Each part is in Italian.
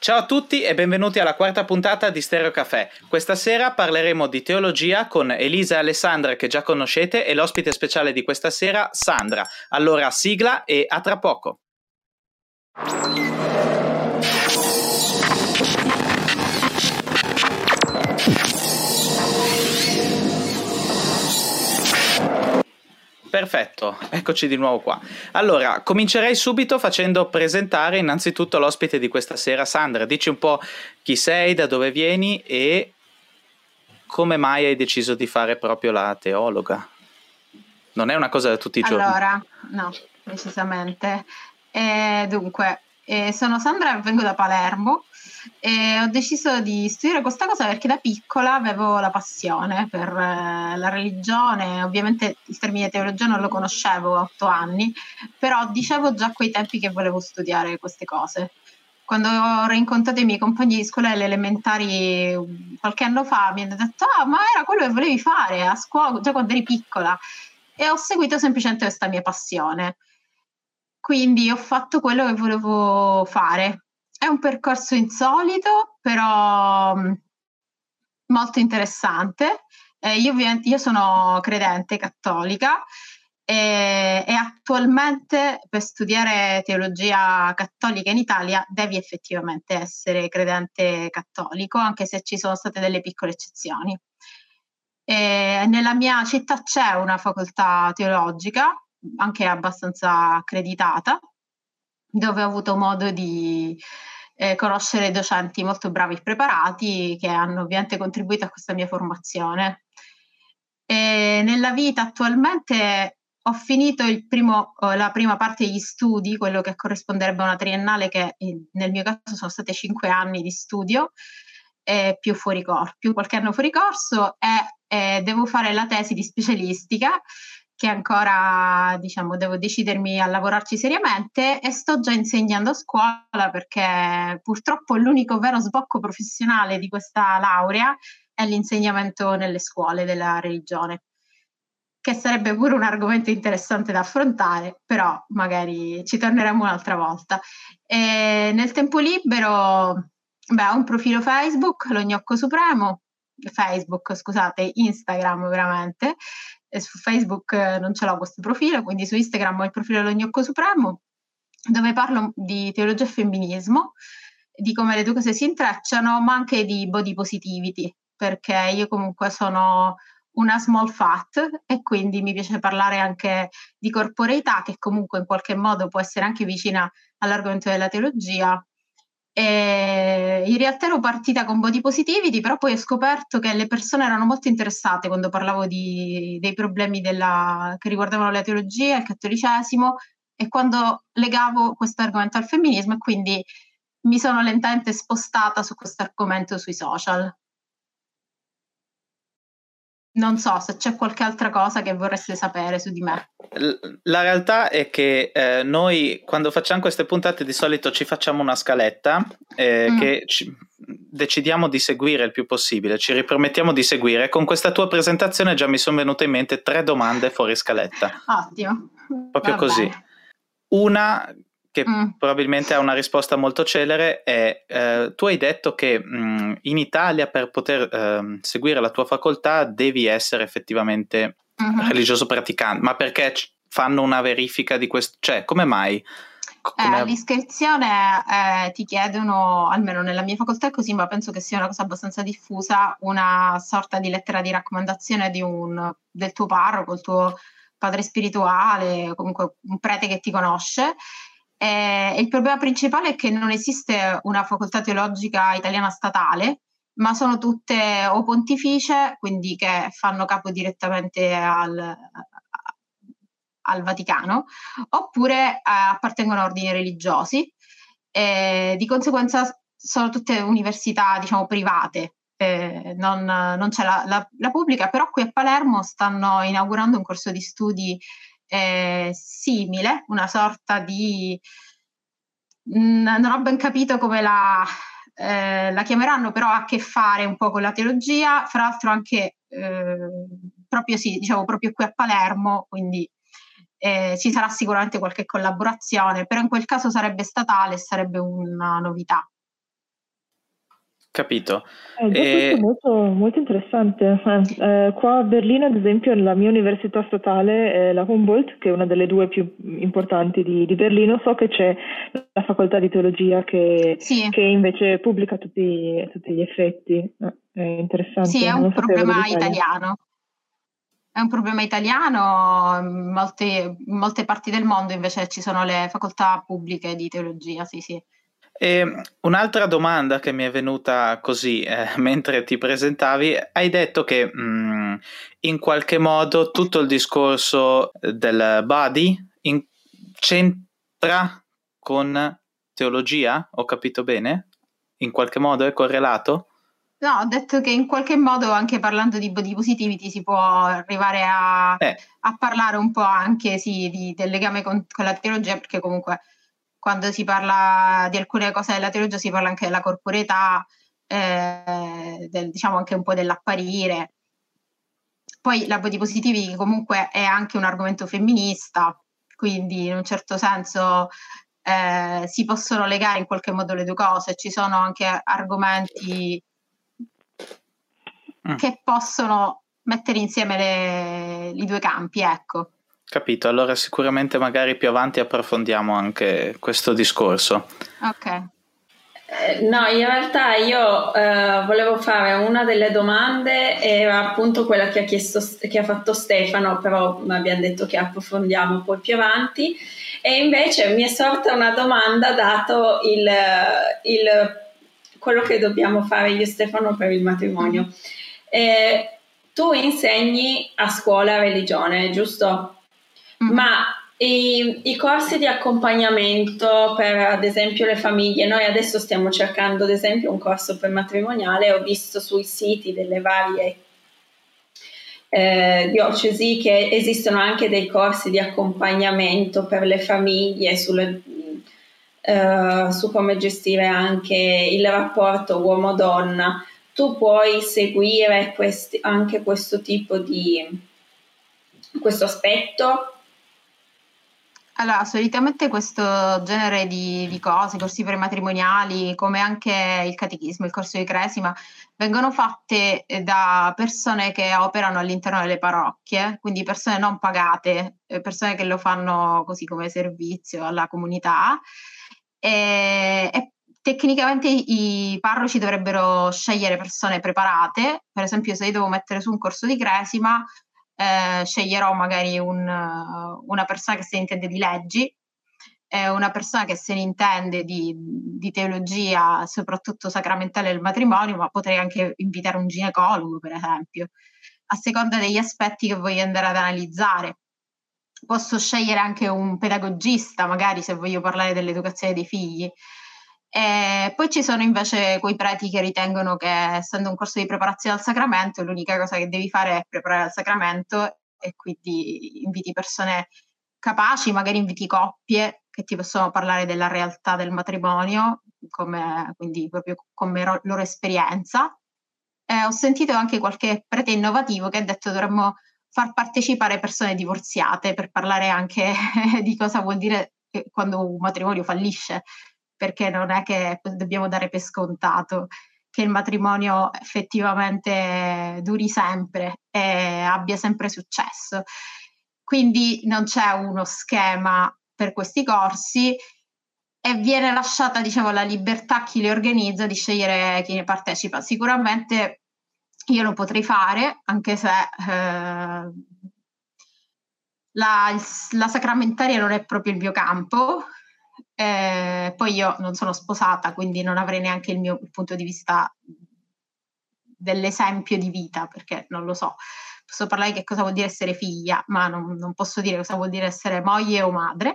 Ciao a tutti e benvenuti alla quarta puntata di Stereo Caffè. Questa sera parleremo di teologia con Elisa e Alessandra, che già conoscete, e l'ospite speciale di questa sera, Sandra. Allora, sigla e a tra poco. Perfetto, eccoci di nuovo qua. Allora, comincerei subito facendo presentare innanzitutto l'ospite di questa sera. Sandra, dici un po' chi sei, da dove vieni e come mai hai deciso di fare proprio la teologa. Non è una cosa da tutti i giorni. Allora, no, decisamente. Dunque, sono Sandra e vengo da Palermo e ho deciso di studiare questa cosa perché da piccola avevo la passione per la religione. Ovviamente il termine teologia non lo conoscevo a 8 anni, però dicevo già a quei tempi che volevo studiare queste cose. Quando ho rincontrato i miei compagni di scuola alle elementari qualche anno fa, mi hanno detto: ah, ma era quello che volevi fare a scuola già quando eri piccola. E ho seguito semplicemente questa mia passione. Quindi ho fatto quello che volevo fare. È un percorso insolito, però molto interessante. Io sono credente cattolica e attualmente per studiare teologia cattolica in Italia devi effettivamente essere credente cattolico, anche se ci sono state delle piccole eccezioni. Nella mia città c'è una facoltà teologica, anche abbastanza accreditata, dove ho avuto modo di conoscere docenti molto bravi e preparati che hanno ovviamente contribuito a questa mia formazione. Nella vita attualmente ho finito la prima parte degli studi, quello che corrisponderebbe a una triennale, che nel mio caso sono state 5 anni di studio, più qualche anno fuori corso, e devo fare la tesi di specialistica, che ancora, diciamo, devo decidermi a lavorarci seriamente, e sto già insegnando a scuola perché purtroppo l'unico vero sbocco professionale di questa laurea è l'insegnamento nelle scuole della religione, che sarebbe pure un argomento interessante da affrontare, però magari ci torneremo un'altra volta. Nel tempo libero, ho un profilo Facebook, lo Gnocco Supremo, Facebook, scusate, Instagram veramente. Su Facebook non ce l'ho questo profilo, quindi su Instagram ho il profilo dello Gnocco Supremo, dove parlo di teologia e femminismo, di come le due cose si intrecciano, ma anche di body positivity, perché io comunque sono una small fat e quindi mi piace parlare anche di corporeità, che comunque in qualche modo può essere anche vicina all'argomento della teologia. In realtà ero partita con body positivity, però poi ho scoperto che le persone erano molto interessate quando parlavo dei problemi che riguardavano la teologia, il cattolicesimo, e quando legavo questo argomento al femminismo, e quindi mi sono lentamente spostata su questo argomento sui social. Non so se c'è qualche altra cosa che vorreste sapere su di me. La realtà è che noi quando facciamo queste puntate di solito ci facciamo una scaletta che decidiamo di seguire il più possibile, ci ripromettiamo di seguire. Con questa tua presentazione già mi sono venute in mente 3 domande fuori scaletta. Ottimo. Proprio così. Una che probabilmente ha una risposta molto celere è tu hai detto che in Italia per poter seguire la tua facoltà devi essere effettivamente religioso praticante, ma perché fanno una verifica di questo? Cioè, come mai? All'iscrizione ti chiedono, almeno nella mia facoltà è così, ma penso che sia una cosa abbastanza diffusa, una sorta di lettera di raccomandazione del tuo parroco, il tuo padre spirituale, comunque un prete che ti conosce. Il problema principale è che non esiste una facoltà teologica italiana statale, ma sono tutte o pontificie, quindi che fanno capo direttamente al Vaticano, oppure appartengono a ordini religiosi. Di conseguenza sono tutte università, diciamo, private. Non c'è la pubblica, però qui a Palermo stanno inaugurando un corso di studi simile, una sorta di... non ho ben capito come la chiameranno, però ha a che fare un po' con la teologia, fra l'altro anche proprio qui a Palermo, quindi ci sarà sicuramente qualche collaborazione, però in quel caso sarebbe statale e sarebbe una novità. Capito. Questo è molto, molto interessante. Qua a Berlino, ad esempio, la mia università statale è la Humboldt, che è una delle due più importanti di Berlino. So che c'è la facoltà di teologia che invece pubblica tutti gli effetti. È interessante. Sì, è un problema italiano. È un problema italiano, in molte parti del mondo invece ci sono le facoltà pubbliche di teologia, sì. E un'altra domanda che mi è venuta così mentre ti presentavi, hai detto che in qualche modo tutto il discorso del body c'entra con teologia? Ho capito bene? In qualche modo è correlato? No, ho detto che in qualche modo anche parlando di body positivity si può arrivare a parlare un po' anche del legame con la teologia, perché comunque quando si parla di alcune cose della teologia si parla anche della corporeità, diciamo anche un po' dell'apparire. Poi la body positivity comunque è anche un argomento femminista, quindi in un certo senso si possono legare in qualche modo le due cose. Ci sono anche argomenti che possono mettere insieme i due campi, ecco. Capito, allora sicuramente magari più avanti approfondiamo anche questo discorso. Ok. No, in realtà io volevo fare una delle domande, era appunto quella che ha fatto Stefano, però mi abbiamo detto che approfondiamo poi più avanti, e invece mi è sorta una domanda dato quello che dobbiamo fare io e Stefano per il matrimonio. Tu insegni a scuola religione, giusto? Ma i corsi di accompagnamento per ad esempio le famiglie, noi adesso stiamo cercando ad esempio un corso per matrimoniale, ho visto sui siti delle varie diocesi che esistono anche dei corsi di accompagnamento per le famiglie su come gestire anche il rapporto uomo-donna. Tu puoi seguire anche questo tipo questo aspetto? Allora, solitamente questo genere di cose, corsi prematrimoniali, come anche il catechismo, il corso di cresima, vengono fatte da persone che operano all'interno delle parrocchie, quindi persone non pagate, persone che lo fanno così come servizio alla comunità. E tecnicamente i parroci dovrebbero scegliere persone preparate. Per esempio, se io devo mettere su un corso di cresima, sceglierò magari una persona che se ne intende di leggi, una persona che se ne intende di teologia, soprattutto sacramentale del matrimonio, ma potrei anche invitare un ginecologo, per esempio, a seconda degli aspetti che voglio andare ad analizzare. Posso scegliere anche un pedagogista, magari se voglio parlare dell'educazione dei figli. Poi ci sono invece quei preti che ritengono che, essendo un corso di preparazione al sacramento, l'unica cosa che devi fare è preparare al sacramento, e quindi inviti persone capaci, magari inviti coppie che ti possono parlare della realtà del matrimonio, quindi proprio come loro esperienza. Ho sentito anche qualche prete innovativo che ha detto dovremmo far partecipare persone divorziate per parlare anche di cosa vuol dire quando un matrimonio fallisce, perché non è che dobbiamo dare per scontato che il matrimonio effettivamente duri sempre e abbia sempre successo. Quindi non c'è uno schema per questi corsi e viene lasciata, diciamo, la libertà a chi li organizza di scegliere chi ne partecipa. Sicuramente io lo potrei fare, anche se la sacramentaria non è proprio il mio campo. Poi io non sono sposata, quindi non avrei neanche il punto di vista dell'esempio di vita, perché non lo so. Posso parlare di che cosa vuol dire essere figlia, ma non posso dire cosa vuol dire essere moglie o madre.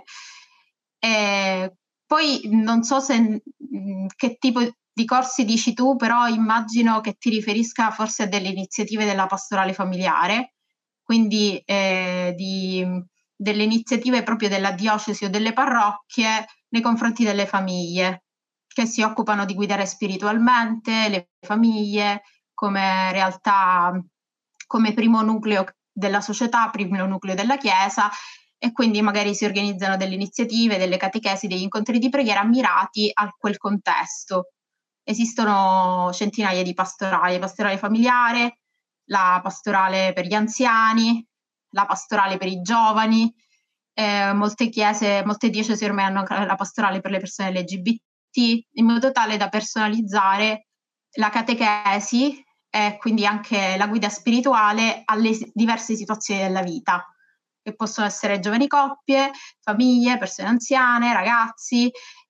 Poi non so che tipo di corsi dici tu, però immagino che ti riferisca forse a delle iniziative della pastorale familiare, quindi delle iniziative proprio della diocesi o delle parrocchie nei confronti delle famiglie, che si occupano di guidare spiritualmente le famiglie come realtà, come primo nucleo della società, primo nucleo della Chiesa, e quindi magari si organizzano delle iniziative, delle catechesi, degli incontri di preghiera mirati a quel contesto. esistono centinaia di pastorali: pastorale familiare, la pastorale per gli anziani, la pastorale per i giovani, molte chiese, molte diocesi ormai hanno la pastorale per le persone LGBT, in modo tale da personalizzare la catechesi e quindi anche la guida spirituale alle diverse situazioni della vita, che possono essere giovani coppie, famiglie, persone anziane, ragazzi,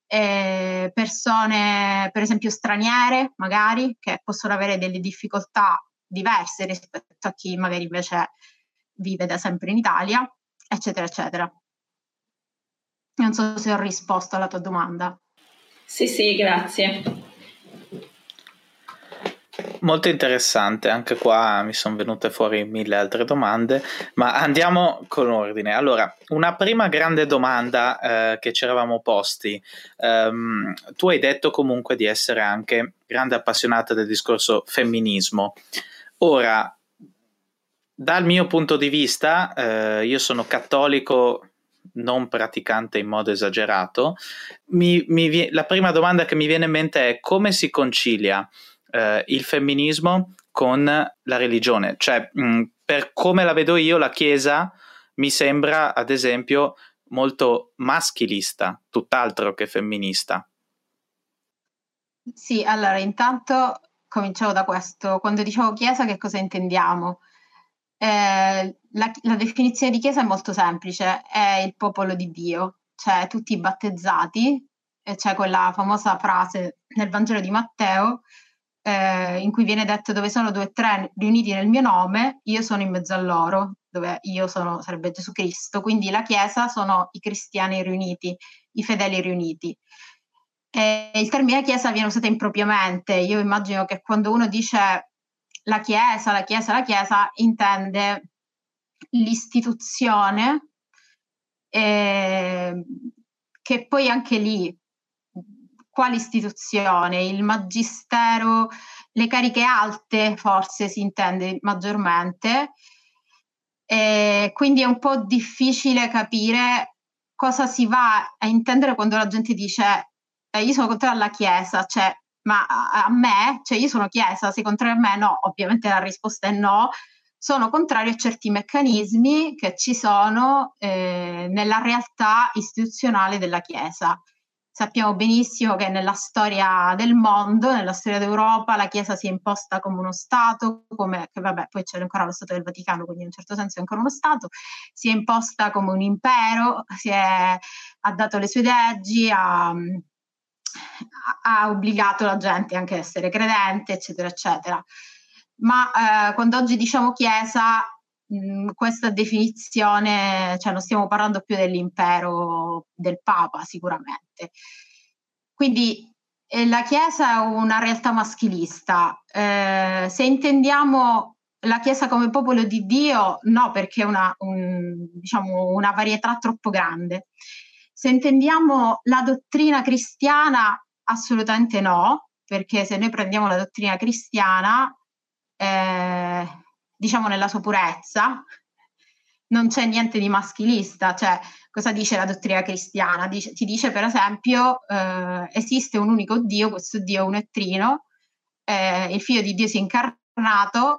persone per esempio straniere magari, che possono avere delle difficoltà diverse rispetto a chi magari invece vive da sempre in Italia, eccetera eccetera. Non so se ho risposto alla tua domanda. Sì, grazie. Molto interessante, anche qua mi sono venute fuori 1000 altre domande, ma andiamo con ordine. Allora, una prima grande domanda che ci eravamo posti, tu hai detto comunque di essere anche grande appassionata del discorso femminismo. Ora, dal mio punto di vista, io sono cattolico non praticante in modo esagerato, la prima domanda che mi viene in mente è: come si concilia il femminismo con la religione? Cioè, per come la vedo io, la Chiesa mi sembra ad esempio molto maschilista, tutt'altro che femminista. Sì, allora intanto cominciamo da questo. Quando dicevo Chiesa, che cosa intendiamo? La definizione di Chiesa è molto semplice: è il popolo di Dio, cioè tutti i battezzati, e c'è quella famosa frase nel Vangelo di Matteo in cui viene detto: dove sono 2 o 3 riuniti nel mio nome, io sono in mezzo a loro, dove io sono sarebbe Gesù Cristo. Quindi la Chiesa sono i cristiani riuniti, i fedeli riuniti. Il termine Chiesa viene usato impropriamente. Io immagino che quando uno dice la Chiesa intende l'istituzione, che poi anche lì, quale istituzione? Il magistero, le cariche alte forse si intende maggiormente, quindi è un po' difficile capire cosa si va a intendere quando la gente dice io sono contrario alla Chiesa, cioè, ma a me, cioè io sono Chiesa, sei contrario a me? No, ovviamente la risposta è no. Sono contrario a certi meccanismi che ci sono nella realtà istituzionale della Chiesa. Sappiamo benissimo che nella storia del mondo, nella storia d'Europa, la Chiesa si è imposta come uno Stato, poi c'è ancora lo Stato del Vaticano, quindi in un certo senso è ancora uno Stato, si è imposta come un impero, ha dato le sue leggi, ha obbligato la gente anche a essere credente, eccetera, eccetera. Ma quando oggi diciamo Chiesa, questa definizione, cioè non stiamo parlando più dell'impero del Papa sicuramente. Quindi la Chiesa è una realtà maschilista. Se intendiamo la Chiesa come popolo di Dio, no, perché è diciamo una varietà troppo grande. Se intendiamo la dottrina cristiana, assolutamente no, perché se noi prendiamo la dottrina cristiana, diciamo nella sua purezza, non c'è niente di maschilista. Cioè, cosa dice la dottrina cristiana? Ti dice per esempio esiste un unico Dio, questo Dio è uno e trino, il figlio di Dio si è incarnato,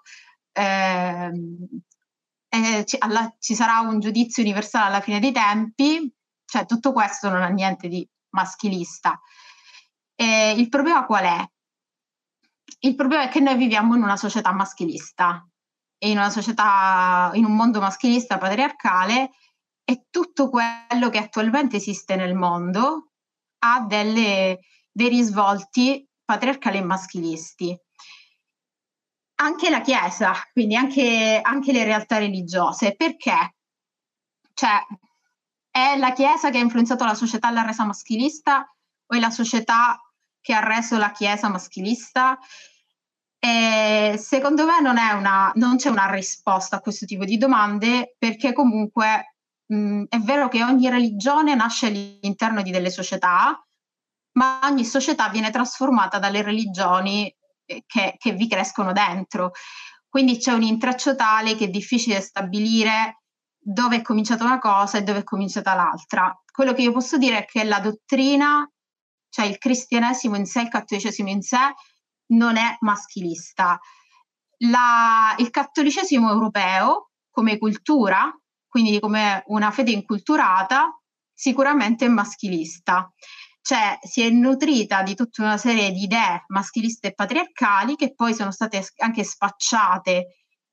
ci sarà un giudizio universale alla fine dei tempi. Cioè, tutto questo non ha niente di maschilista. Il problema qual è? Il problema è che noi viviamo in una società maschilista, e in una società, in un mondo maschilista patriarcale, e tutto quello che attualmente esiste nel mondo ha dei risvolti patriarcali e maschilisti. Anche la Chiesa, quindi anche le realtà religiose. Perché? Cioè, è la Chiesa che ha influenzato la società e l'ha resa maschilista, o è la società che ha reso la Chiesa maschilista? Secondo me non c'è una risposta a questo tipo di domande, perché comunque è vero che ogni religione nasce all'interno di delle società, ma ogni società viene trasformata dalle religioni che vi crescono dentro. Quindi c'è un intreccio tale che è difficile stabilire dove è cominciata una cosa e dove è cominciata l'altra. Quello che io posso dire è che la dottrina, cioè il cristianesimo in sé, il cattolicesimo in sé non è maschilista. Il cattolicesimo europeo come cultura, quindi come una fede inculturata, sicuramente è maschilista. Cioè si è nutrita di tutta una serie di idee maschiliste e patriarcali che poi sono state anche spacciate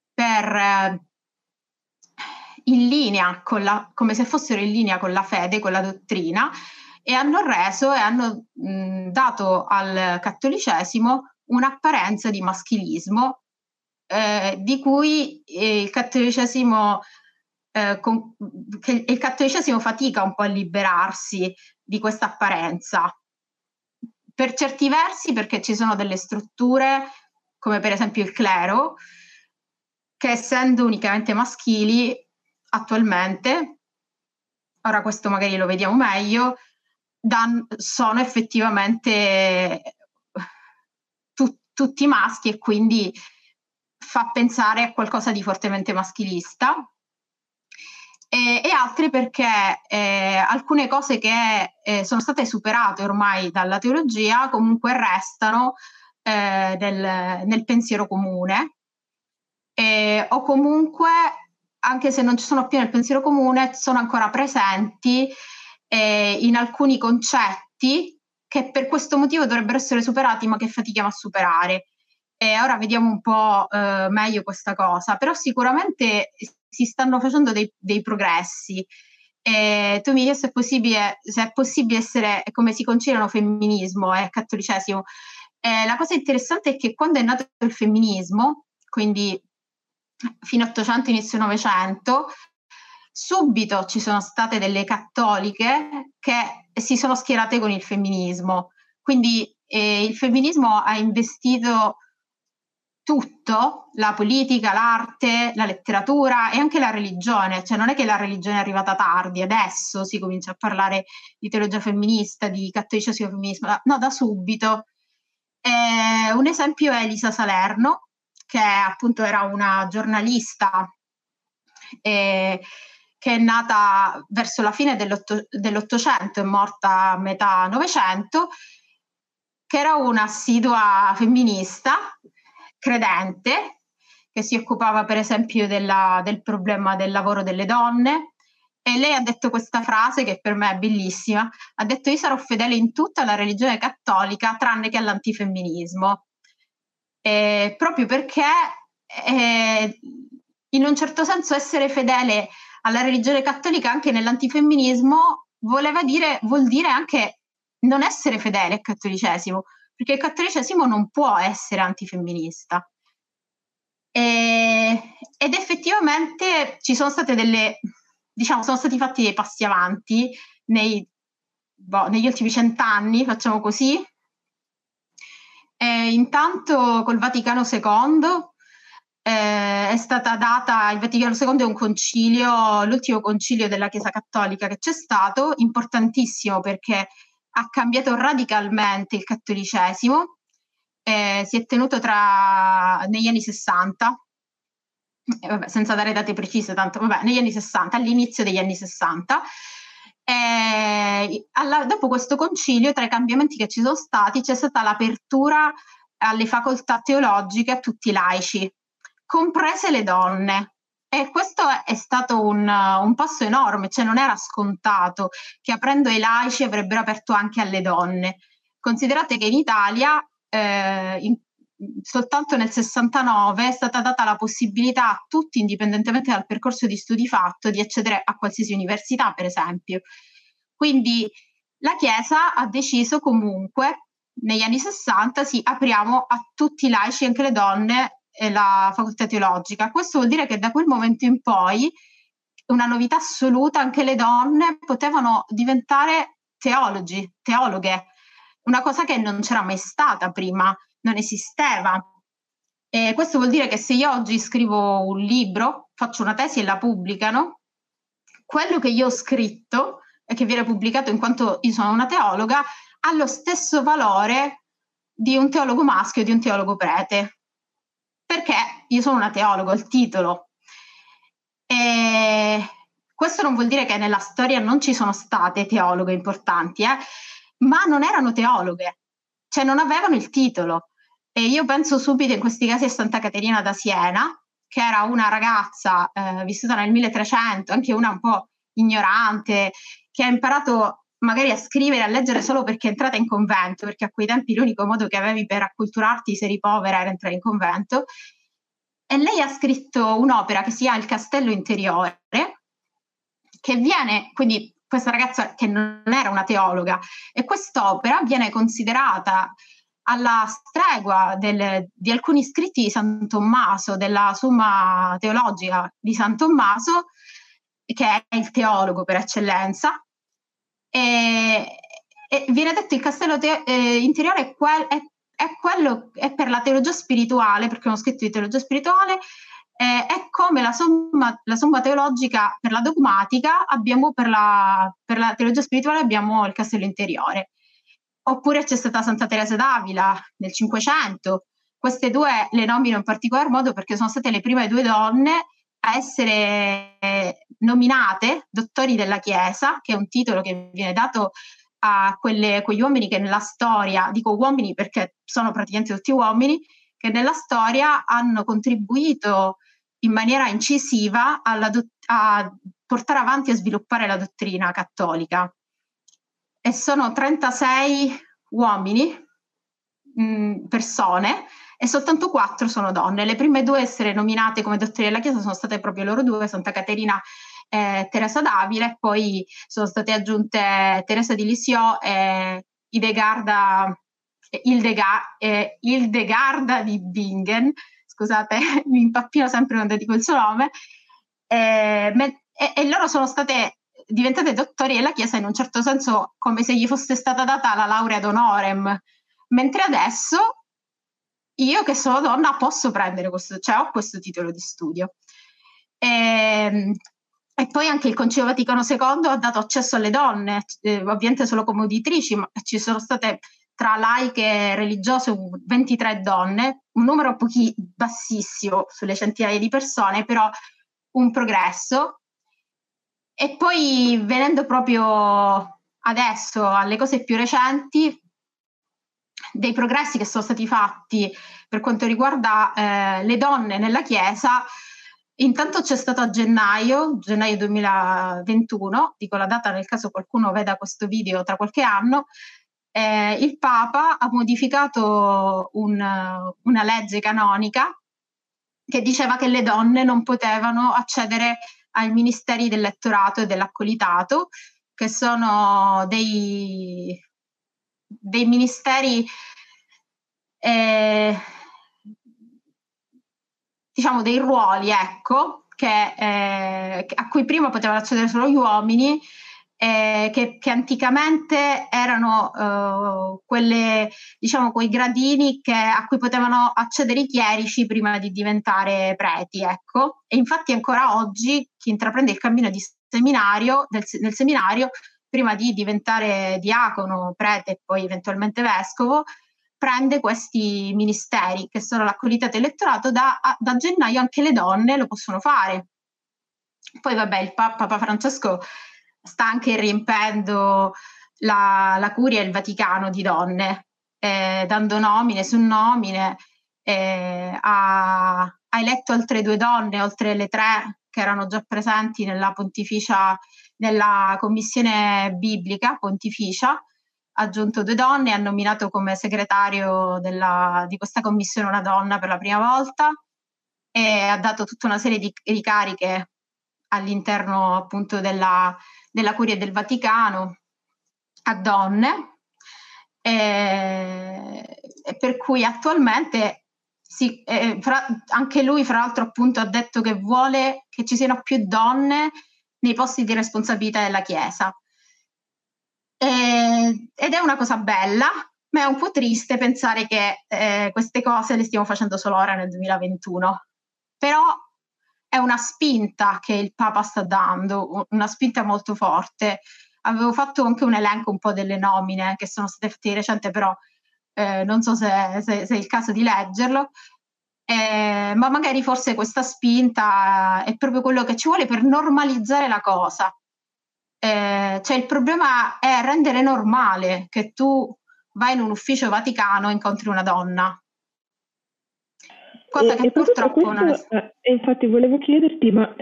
in linea come se fossero in linea con la fede, con la dottrina, e hanno dato al cattolicesimo un'apparenza di maschilismo di cui il cattolicesimo fatica un po' a liberarsi di questa apparenza, per certi versi perché ci sono delle strutture come per esempio il clero che, essendo unicamente maschili attualmente, ora questo magari lo vediamo meglio, sono effettivamente tutti maschi, e quindi fa pensare a qualcosa di fortemente maschilista. E altre perché alcune cose che sono state superate ormai dalla teologia comunque restano nel pensiero comune, o comunque, anche se non ci sono più nel pensiero comune, sono ancora presenti in alcuni concetti che per questo motivo dovrebbero essere superati, ma che fatichiamo a superare. E ora vediamo un po' meglio questa cosa, però sicuramente si stanno facendo dei progressi. Tu mi chiedi se è possibile essere, come si conciliano femminismo e cattolicesimo. La cosa interessante è che quando è nato il femminismo, quindi fino all'Ottocento, inizio Novecento, subito ci sono state delle cattoliche che si sono schierate con il femminismo. Quindi il femminismo ha investito tutto, la politica, l'arte, la letteratura e anche la religione. Cioè non è che la religione è arrivata tardi, adesso si comincia a parlare di teologia femminista, di cattolicesimo femminismo, no, da subito. Un esempio è Elisa Salerno, che appunto era una giornalista che è nata verso la fine dell'Ottocento e morta a metà Novecento, che era un'assidua femminista, credente, che si occupava per esempio del problema del lavoro delle donne, e lei ha detto questa frase che per me è bellissima, ha detto: io sarò fedele in tutta alla religione cattolica tranne che all'antifemminismo, proprio perché in un certo senso essere fedele alla religione cattolica anche nell'antifemminismo vuol dire anche non essere fedele al cattolicesimo, perché il cattolicesimo non può essere antifemminista. Ed effettivamente ci sono state sono stati fatti dei passi avanti negli ultimi 100 anni, facciamo così. Intanto col Vaticano II è stata data, il Vaticano II è un concilio, l'ultimo concilio della Chiesa Cattolica che c'è stato, importantissimo perché ha cambiato radicalmente il cattolicesimo, si è tenuto negli anni 60, senza dare date precise, negli anni 60, all'inizio degli anni 60. Dopo questo concilio, tra i cambiamenti che ci sono stati, c'è stata l'apertura alle facoltà teologiche a tutti i laici, comprese le donne. E questo è stato un passo enorme, cioè non era scontato che aprendo ai laici avrebbero aperto anche alle donne. Considerate che in Italia soltanto nel 69 è stata data la possibilità a tutti, indipendentemente dal percorso di studi fatto, di accedere a qualsiasi università, per esempio. Quindi la Chiesa ha deciso comunque, negli anni 60, sì, apriamo a tutti i laici, anche le donne, la facoltà teologica. Questo vuol dire che da quel momento in poi, una novità assoluta, anche le donne potevano diventare teologhe, una cosa che non c'era mai stata prima, non esisteva. Questo vuol dire che se io oggi scrivo un libro, faccio una tesi e la pubblicano, quello che io ho scritto e che viene pubblicato in quanto io sono una teologa ha lo stesso valore di un teologo maschio e di un teologo prete, perché io sono una teologa, ho il titolo. Questo non vuol dire che nella storia non ci sono state teologhe importanti, ma non erano teologhe, cioè non avevano il titolo. E io penso subito in questi casi a Santa Caterina da Siena, che era una ragazza vissuta nel 1300, anche una un po' ignorante, che ha imparato magari a scrivere e a leggere solo perché è entrata in convento, perché a quei tempi l'unico modo che avevi per acculturarti se eri povera era entrare in convento. E lei ha scritto un'opera che si chiama Il Castello Interiore, che viene, quindi questa ragazza che non era una teologa, e quest'opera viene considerata alla stregua di alcuni scritti di San Tommaso, della Summa Teologica di San Tommaso, che è il teologo per eccellenza, e viene detto il castello interiore è per la teologia spirituale, perché è uno scritto di teologia spirituale, è come la somma teologica per la dogmatica, abbiamo per la teologia spirituale abbiamo il castello interiore. Oppure c'è stata Santa Teresa d'Avila nel Cinquecento. Queste due le nomino in particolar modo perché sono state le prime due donne a essere nominate dottori della Chiesa, che è un titolo che viene dato a quegli uomini che nella storia, dico uomini perché sono praticamente tutti uomini, che nella storia hanno contribuito in maniera incisiva a portare avanti e sviluppare la dottrina cattolica. E sono 36 uomini, persone, e soltanto 4 sono donne. Le prime 2 a essere nominate come dottori della Chiesa sono state proprio loro due, Santa Caterina e Teresa d'Avila, e poi sono state aggiunte Teresa di Lisieux e Hildegarda di Bingen. Scusate, mi impappino sempre quando dico il suo nome. E loro sono state diventate dottori della Chiesa in un certo senso, come se gli fosse stata data la laurea d'honorem, mentre adesso io che sono donna posso prendere ho questo titolo di studio. E poi anche il Concilio Vaticano II ha dato accesso alle donne, ovviamente solo come uditrici, ma ci sono state tra laiche e religiose 23 donne, un numero bassissimo sulle centinaia di persone, però un progresso. E poi venendo proprio adesso alle cose più recenti, dei progressi che sono stati fatti per quanto riguarda le donne nella Chiesa, intanto c'è stato a gennaio 2021, dico la data nel caso qualcuno veda questo video tra qualche anno, il Papa ha modificato una legge canonica che diceva che le donne non potevano accedere ai ministeri del lettorato e dell'accolitato, che sono dei ministeri, diciamo dei ruoli, ecco, a cui prima potevano accedere solo gli uomini, che anticamente erano quei gradini a cui potevano accedere i chierici prima di diventare preti, ecco. E infatti ancora oggi chi intraprende il cammino del seminario, prima di diventare diacono, prete e poi eventualmente vescovo, prende questi ministeri che sono l'accolitato e il lettorato. Da gennaio anche le donne lo possono fare. Poi vabbè, il Papa Francesco sta anche riempendo la Curia e il Vaticano di donne, dando nomine su nomine, ha eletto altre 2 donne, oltre le 3 che erano già presenti nella commissione biblica pontificia, ha aggiunto 2 donne, ha nominato come segretario di questa commissione una donna per la prima volta, e ha dato tutta una serie di cariche all'interno appunto della Curia del Vaticano a donne, per cui attualmente anche lui fra l'altro appunto ha detto che vuole che ci siano più donne nei posti di responsabilità della Chiesa, ed è una cosa bella, ma è un po' triste pensare che queste cose le stiamo facendo solo ora nel 2021, però è una spinta che il Papa sta dando, una spinta molto forte. Avevo fatto anche un elenco un po' delle nomine che sono state fatte di recente, però non so se è il caso di leggerlo, ma magari forse questa spinta è proprio quello che ci vuole per normalizzare la cosa. cioè il problema è rendere normale che tu vai in un ufficio Vaticano e incontri una donna. Cosa che purtroppo non è... infatti volevo chiederti, ma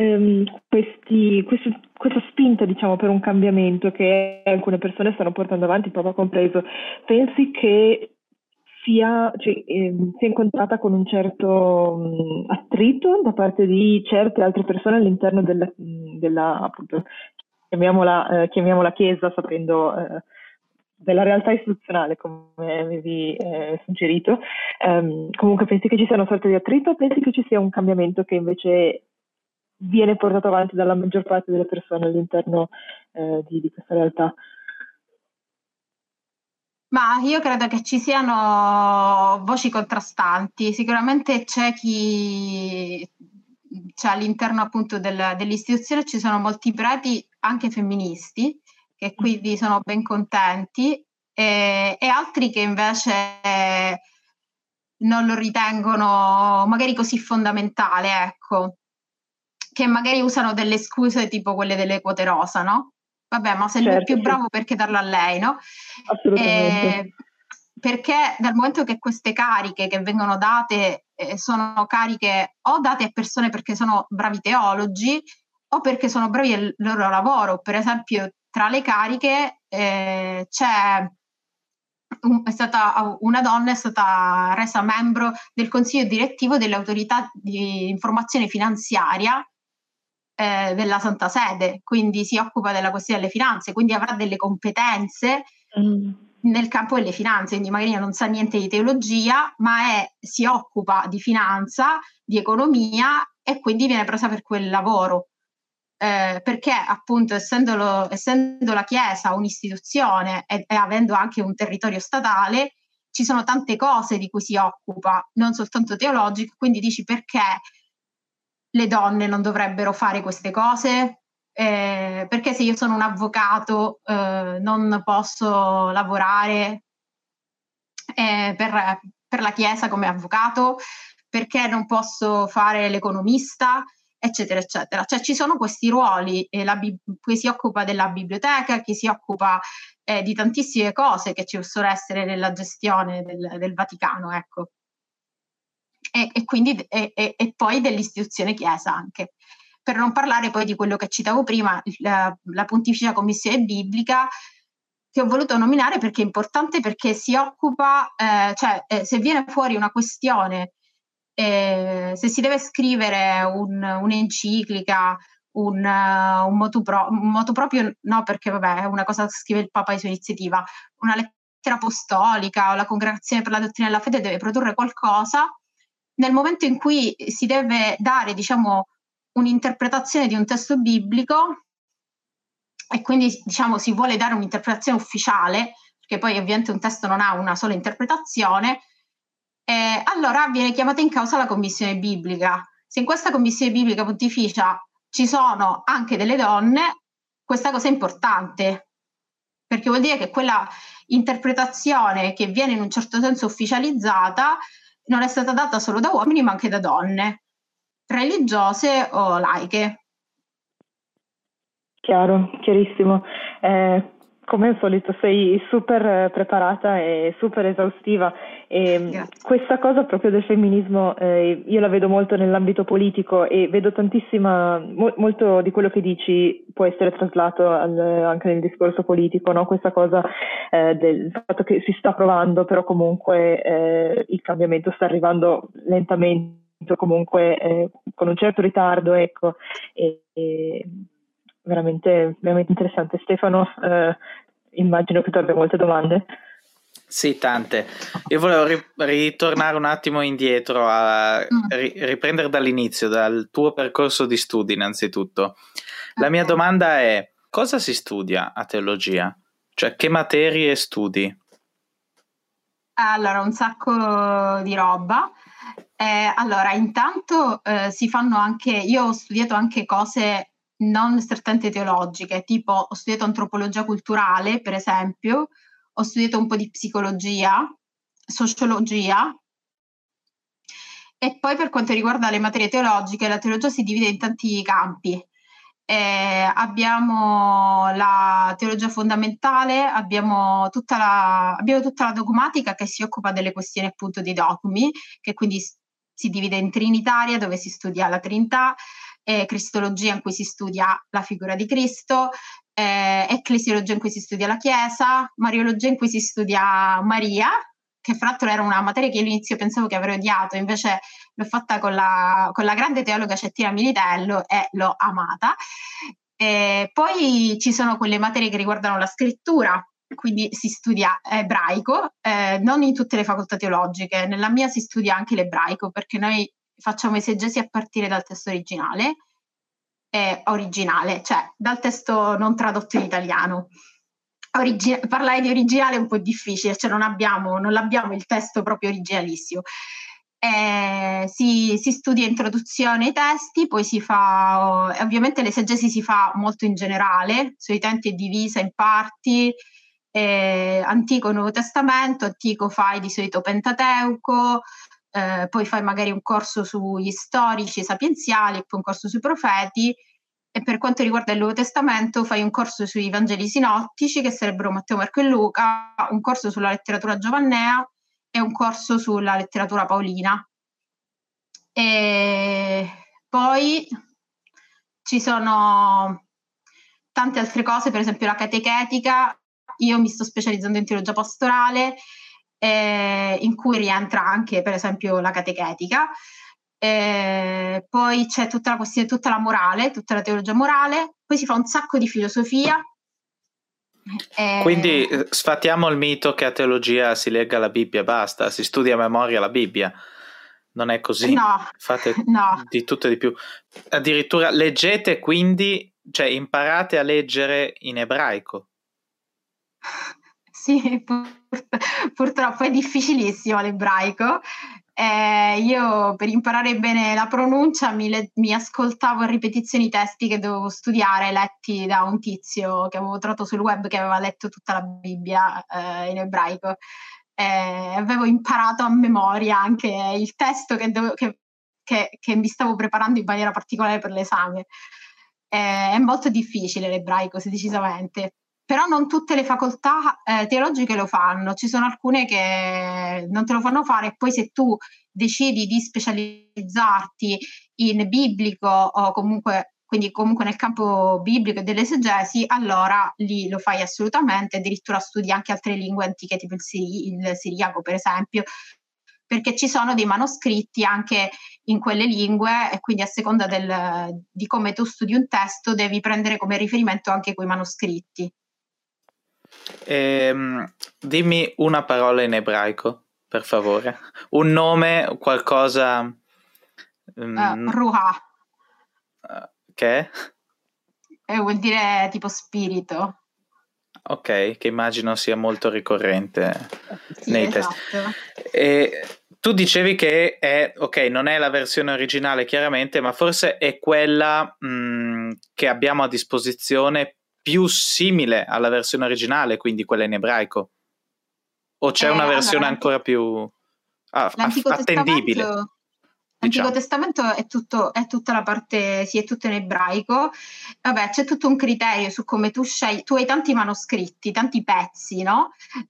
questa spinta, diciamo, per un cambiamento che alcune persone stanno portando avanti, Papa compreso, pensi che sia incontrata con un certo attrito da parte di certe altre persone all'interno della appunto, chiamiamola Chiesa, sapendo della realtà istituzionale, come avevi suggerito. Comunque pensi che ci sia una sorta di attrito o pensi che ci sia un cambiamento che invece viene portato avanti dalla maggior parte delle persone all'interno di questa realtà? Ma io credo che ci siano voci contrastanti. Sicuramente c'è chi, cioè all'interno appunto dell'istituzione ci sono molti preti anche femministi che quindi sono ben contenti e altri che invece non lo ritengono magari così fondamentale, ecco, che magari usano delle scuse tipo quelle delle quote rosa, no? Vabbè, ma se lui è più bravo perché darlo a lei, no? Assolutamente. Perché dal momento che queste cariche che vengono date sono cariche o date a persone perché sono bravi teologi o perché sono bravi al loro lavoro. Per esempio, tra le cariche c'è una donna è stata resa membro del consiglio direttivo dell'autorità di informazione finanziaria della Santa Sede, quindi si occupa della questione delle finanze, quindi avrà delle competenze nel campo delle finanze, quindi magari non sa niente di teologia, ma si occupa di finanza, di economia e quindi viene presa per quel lavoro. Perché appunto essendo la Chiesa un'istituzione e avendo anche un territorio statale, ci sono tante cose di cui si occupa, non soltanto teologiche, quindi dici perché le donne non dovrebbero fare queste cose? Perché se io sono un avvocato non posso lavorare per la Chiesa come avvocato? Perché non posso fare l'economista? Eccetera, eccetera. Cioè ci sono questi ruoli, chi si occupa della biblioteca, chi si occupa di tantissime cose che ci possono essere nella gestione del Vaticano, ecco. E quindi e poi dell'istituzione Chiesa anche. Per non parlare poi di quello che citavo prima, la Pontificia Commissione Biblica, che ho voluto nominare perché è importante, perché si occupa, se viene fuori una questione, se si deve scrivere un'enciclica, un motu proprio, no, perché vabbè è una cosa che scrive il Papa di sua iniziativa, una lettera apostolica o la Congregazione per la Dottrina della Fede deve produrre qualcosa. Nel momento in cui si deve dare, diciamo, un'interpretazione di un testo biblico e quindi, diciamo, si vuole dare un'interpretazione ufficiale, perché poi ovviamente un testo non ha una sola interpretazione, allora viene chiamata in causa la commissione biblica. Se in questa commissione biblica pontificia ci sono anche delle donne, questa cosa è importante, perché vuol dire che quella interpretazione che viene in un certo senso ufficializzata non è stata data solo da uomini, ma anche da donne, religiose o laiche. Chiaro, chiarissimo. Come al solito sei super preparata e super esaustiva e questa cosa proprio del femminismo io la vedo molto nell'ambito politico e vedo molto di quello che dici può essere traslato anche nel discorso politico, no? Questa cosa del fatto che si sta provando, però comunque il cambiamento sta arrivando lentamente, comunque con un certo ritardo, ecco. Veramente, veramente interessante. Stefano, immagino che tu abbia molte domande. Sì, tante. Io volevo ritornare un attimo indietro a riprendere dall'inizio, dal tuo percorso di studi innanzitutto. La mia domanda è: cosa si studia a teologia? Cioè, che materie studi? Allora, un sacco di roba. Allora, intanto si fanno anche, io ho studiato anche cose non strettamente teologiche, tipo ho studiato antropologia culturale, per esempio, ho studiato un po' di psicologia, sociologia, e poi per quanto riguarda le materie teologiche, la teologia si divide in tanti campi. Abbiamo la teologia fondamentale, abbiamo tutta la dogmatica che si occupa delle questioni appunto dei dogmi, che quindi si divide in trinitaria, dove si studia la Trinità, cristologia, in cui si studia la figura di Cristo, ecclesiologia, in cui si studia la Chiesa, mariologia, in cui si studia Maria, che fra l'altro era una materia che io all'inizio pensavo che avrei odiato, invece l'ho fatta con la grande teologa Cettina Militello e l'ho amata. Poi ci sono quelle materie che riguardano la scrittura, quindi si studia ebraico, non in tutte le facoltà teologiche, nella mia si studia anche l'ebraico, perché noi facciamo esegesi a partire dal testo originale, cioè dal testo non tradotto in italiano. Parlare di originale è un po' difficile, cioè non abbiamo il testo proprio originalissimo. Si studia introduzione ai testi, poi si fa, ovviamente l'esegesi si fa molto in generale, solitamente è divisa in parti, Antico e Nuovo Testamento. Antico fai di solito Pentateuco, poi fai magari un corso sugli storici sapienziali, poi un corso sui profeti, e per quanto riguarda il Nuovo Testamento fai un corso sui Vangeli sinottici, che sarebbero Matteo, Marco e Luca, un corso sulla letteratura giovannea e un corso sulla letteratura paolina. E poi ci sono tante altre cose, per esempio la catechetica. Io mi sto specializzando in teologia pastorale, in cui rientra anche per esempio la catechetica. Poi c'è tutta la questione, tutta la morale, tutta la teologia morale, poi si fa un sacco di filosofia. Quindi sfatiamo il mito che a teologia si legga la Bibbia e basta, si studia a memoria la Bibbia. Non è così. No, fate no. di tutto e di più. Addirittura leggete, quindi, cioè imparate a leggere in ebraico. Sì, purtroppo è difficilissimo l'ebraico. Io per imparare bene la pronuncia mi ascoltavo a ripetizioni i testi che dovevo studiare, letti da un tizio che avevo trovato sul web, che aveva letto tutta la Bibbia in ebraico. Avevo imparato a memoria anche il testo che mi stavo preparando in maniera particolare per l'esame. È molto difficile l'ebraico, decisamente. Però non tutte le facoltà teologiche lo fanno, ci sono alcune che non te lo fanno fare, e poi se tu decidi di specializzarti in biblico o comunque nel campo biblico e dell'esegesi, allora lì lo fai assolutamente, addirittura studi anche altre lingue antiche, tipo il siriaco per esempio, perché ci sono dei manoscritti anche in quelle lingue, e quindi a seconda di come tu studi un testo devi prendere come riferimento anche quei manoscritti. Dimmi una parola in ebraico, per favore. Un nome, qualcosa. Ruha. Che? Vuol dire tipo spirito. Ok, che immagino sia molto ricorrente nei esatto. testi. E tu dicevi che non è la versione originale chiaramente, ma forse è quella che abbiamo a disposizione più simile alla versione originale, quindi quella in ebraico, o c'è una versione ancora più attendibile? L'Antico Testamento è tutta la parte, è tutto in ebraico. Vabbè, c'è tutto un criterio su come tu scegli. Tu hai tanti manoscritti, tanti pezzi, no?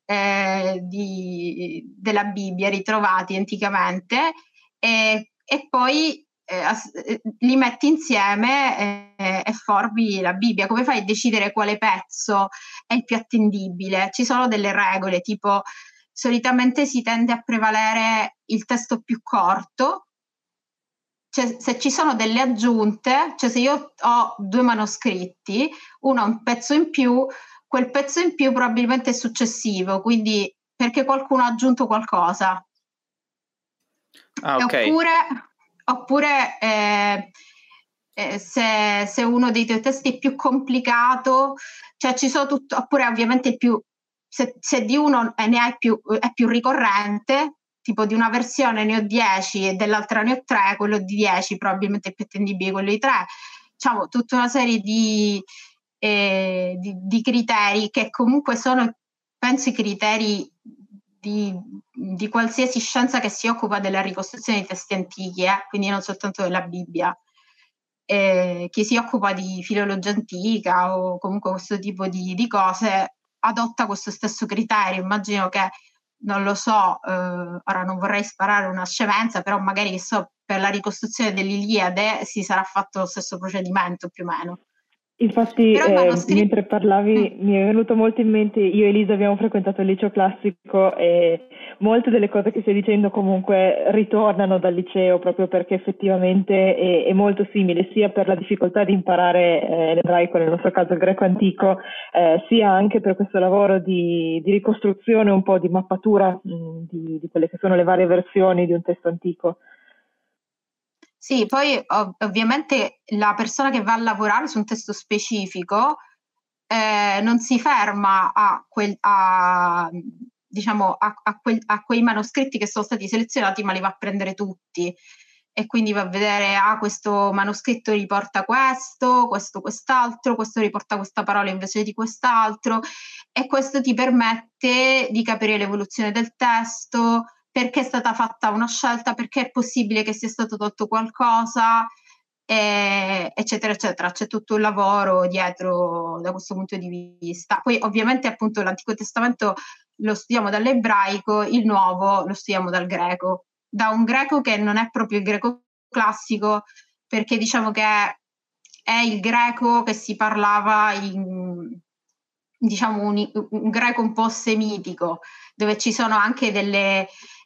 Della Bibbia ritrovati anticamente, e poi li metti insieme e formi la Bibbia. Come fai a decidere quale pezzo è il più attendibile? Ci sono delle regole, tipo solitamente si tende a prevalere il testo più corto. Cioè, se ci sono delle aggiunte, cioè se io ho 2 manoscritti, uno ha un pezzo in più, quel pezzo in più probabilmente è successivo, quindi perché qualcuno ha aggiunto qualcosa. Okay. Oppure se uno dei tuoi testi è più complicato, cioè ci sono oppure ovviamente se di uno ne hai è più ricorrente, tipo di una versione ne ho 10 e dell'altra ne ho 3, quello di 10 probabilmente è più attendibile quello di 3. Diciamo tutta una serie di criteri che comunque sono, penso, i criteri di qualsiasi scienza che si occupa della ricostruzione dei testi antichi, quindi non soltanto della Bibbia. chi si occupa di filologia antica o comunque questo tipo di cose adotta questo stesso criterio. Immagino che, non lo so, ora non vorrei sparare una scemenza, però magari, che so, per la ricostruzione dell'Iliade si sarà fatto lo stesso procedimento più o meno. Infatti, mentre parlavi mi è venuto molto in mente, io e Elisa abbiamo frequentato il liceo classico e molte delle cose che stai dicendo comunque ritornano dal liceo, proprio perché effettivamente è molto simile, sia per la difficoltà di imparare l'ebraico, nel nostro caso il greco antico, sia anche per questo lavoro di ricostruzione, un po' di mappatura di quelle che sono le varie versioni di un testo antico. Sì, poi ovviamente la persona che va a lavorare su un testo specifico non si ferma a quei manoscritti che sono stati selezionati, ma li va a prendere tutti, e quindi va a vedere questo manoscritto riporta quest'altro, questo riporta questa parola invece di quest'altro, e questo ti permette di capire l'evoluzione del testo, perché è stata fatta una scelta, perché è possibile che sia stato tolto qualcosa, eccetera eccetera. C'è tutto un lavoro dietro da questo punto di vista. Poi ovviamente appunto l'Antico Testamento lo studiamo dall'ebraico, il Nuovo lo studiamo dal greco, da un greco che non è proprio il greco classico, perché diciamo che è il greco che si parlava in, diciamo, un greco un po' semitico, dove ci sono anche delle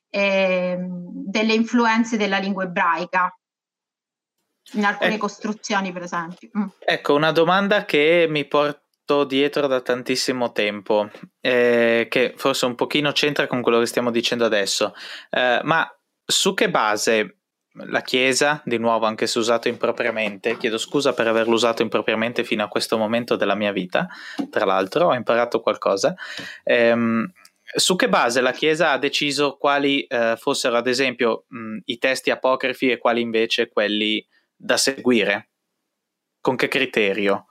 influenze della lingua ebraica in alcune costruzioni, per esempio. Ecco, una domanda che mi porto dietro da tantissimo tempo, che forse un pochino c'entra con quello che stiamo dicendo adesso, ma su che base la Chiesa, di nuovo anche se usato impropriamente, chiedo scusa per averlo usato impropriamente fino a questo momento della mia vita, tra l'altro ho imparato qualcosa, su che base la Chiesa ha deciso quali fossero ad esempio i testi apocrifi e quali invece quelli da seguire? Con che criterio?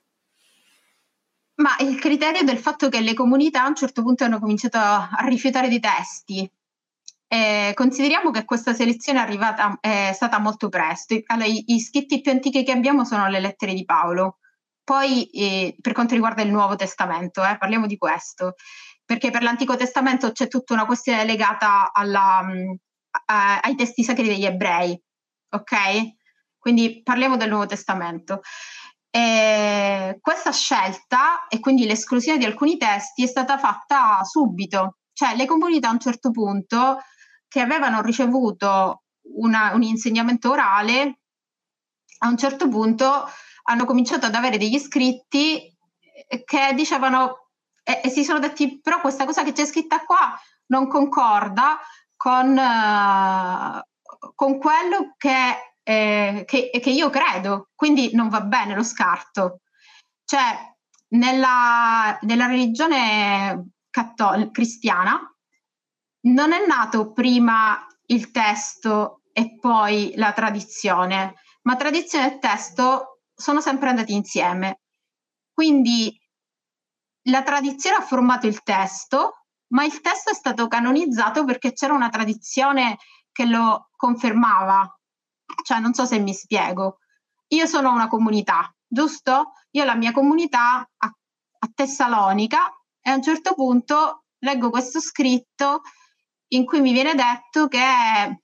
Ma il criterio del fatto che le comunità a un certo punto hanno cominciato a rifiutare dei testi. Consideriamo che questa selezione è stata molto presto. Allora, gli scritti più antichi che abbiamo sono le lettere di Paolo. Poi per quanto riguarda il Nuovo Testamento, parliamo di questo, perché per l'Antico Testamento c'è tutta una questione legata ai testi sacri degli ebrei, ok? Quindi parliamo del Nuovo Testamento. Questa scelta e quindi l'esclusione di alcuni testi è stata fatta subito, cioè le comunità a un certo punto che avevano ricevuto un insegnamento orale, a un certo punto hanno cominciato ad avere degli scritti che dicevano e si sono detti però questa cosa che c'è scritta qua non concorda con quello che io credo, quindi non va bene, lo scarto. Cioè nella religione cristiana non è nato prima il testo e poi la tradizione, ma tradizione e testo sono sempre andati insieme. Quindi la tradizione ha formato il testo, ma il testo è stato canonizzato perché c'era una tradizione che lo confermava. Cioè, non so se mi spiego. Io sono una comunità, giusto? Io ho la mia comunità a Tessalonica e a un certo punto leggo questo scritto in cui mi viene detto che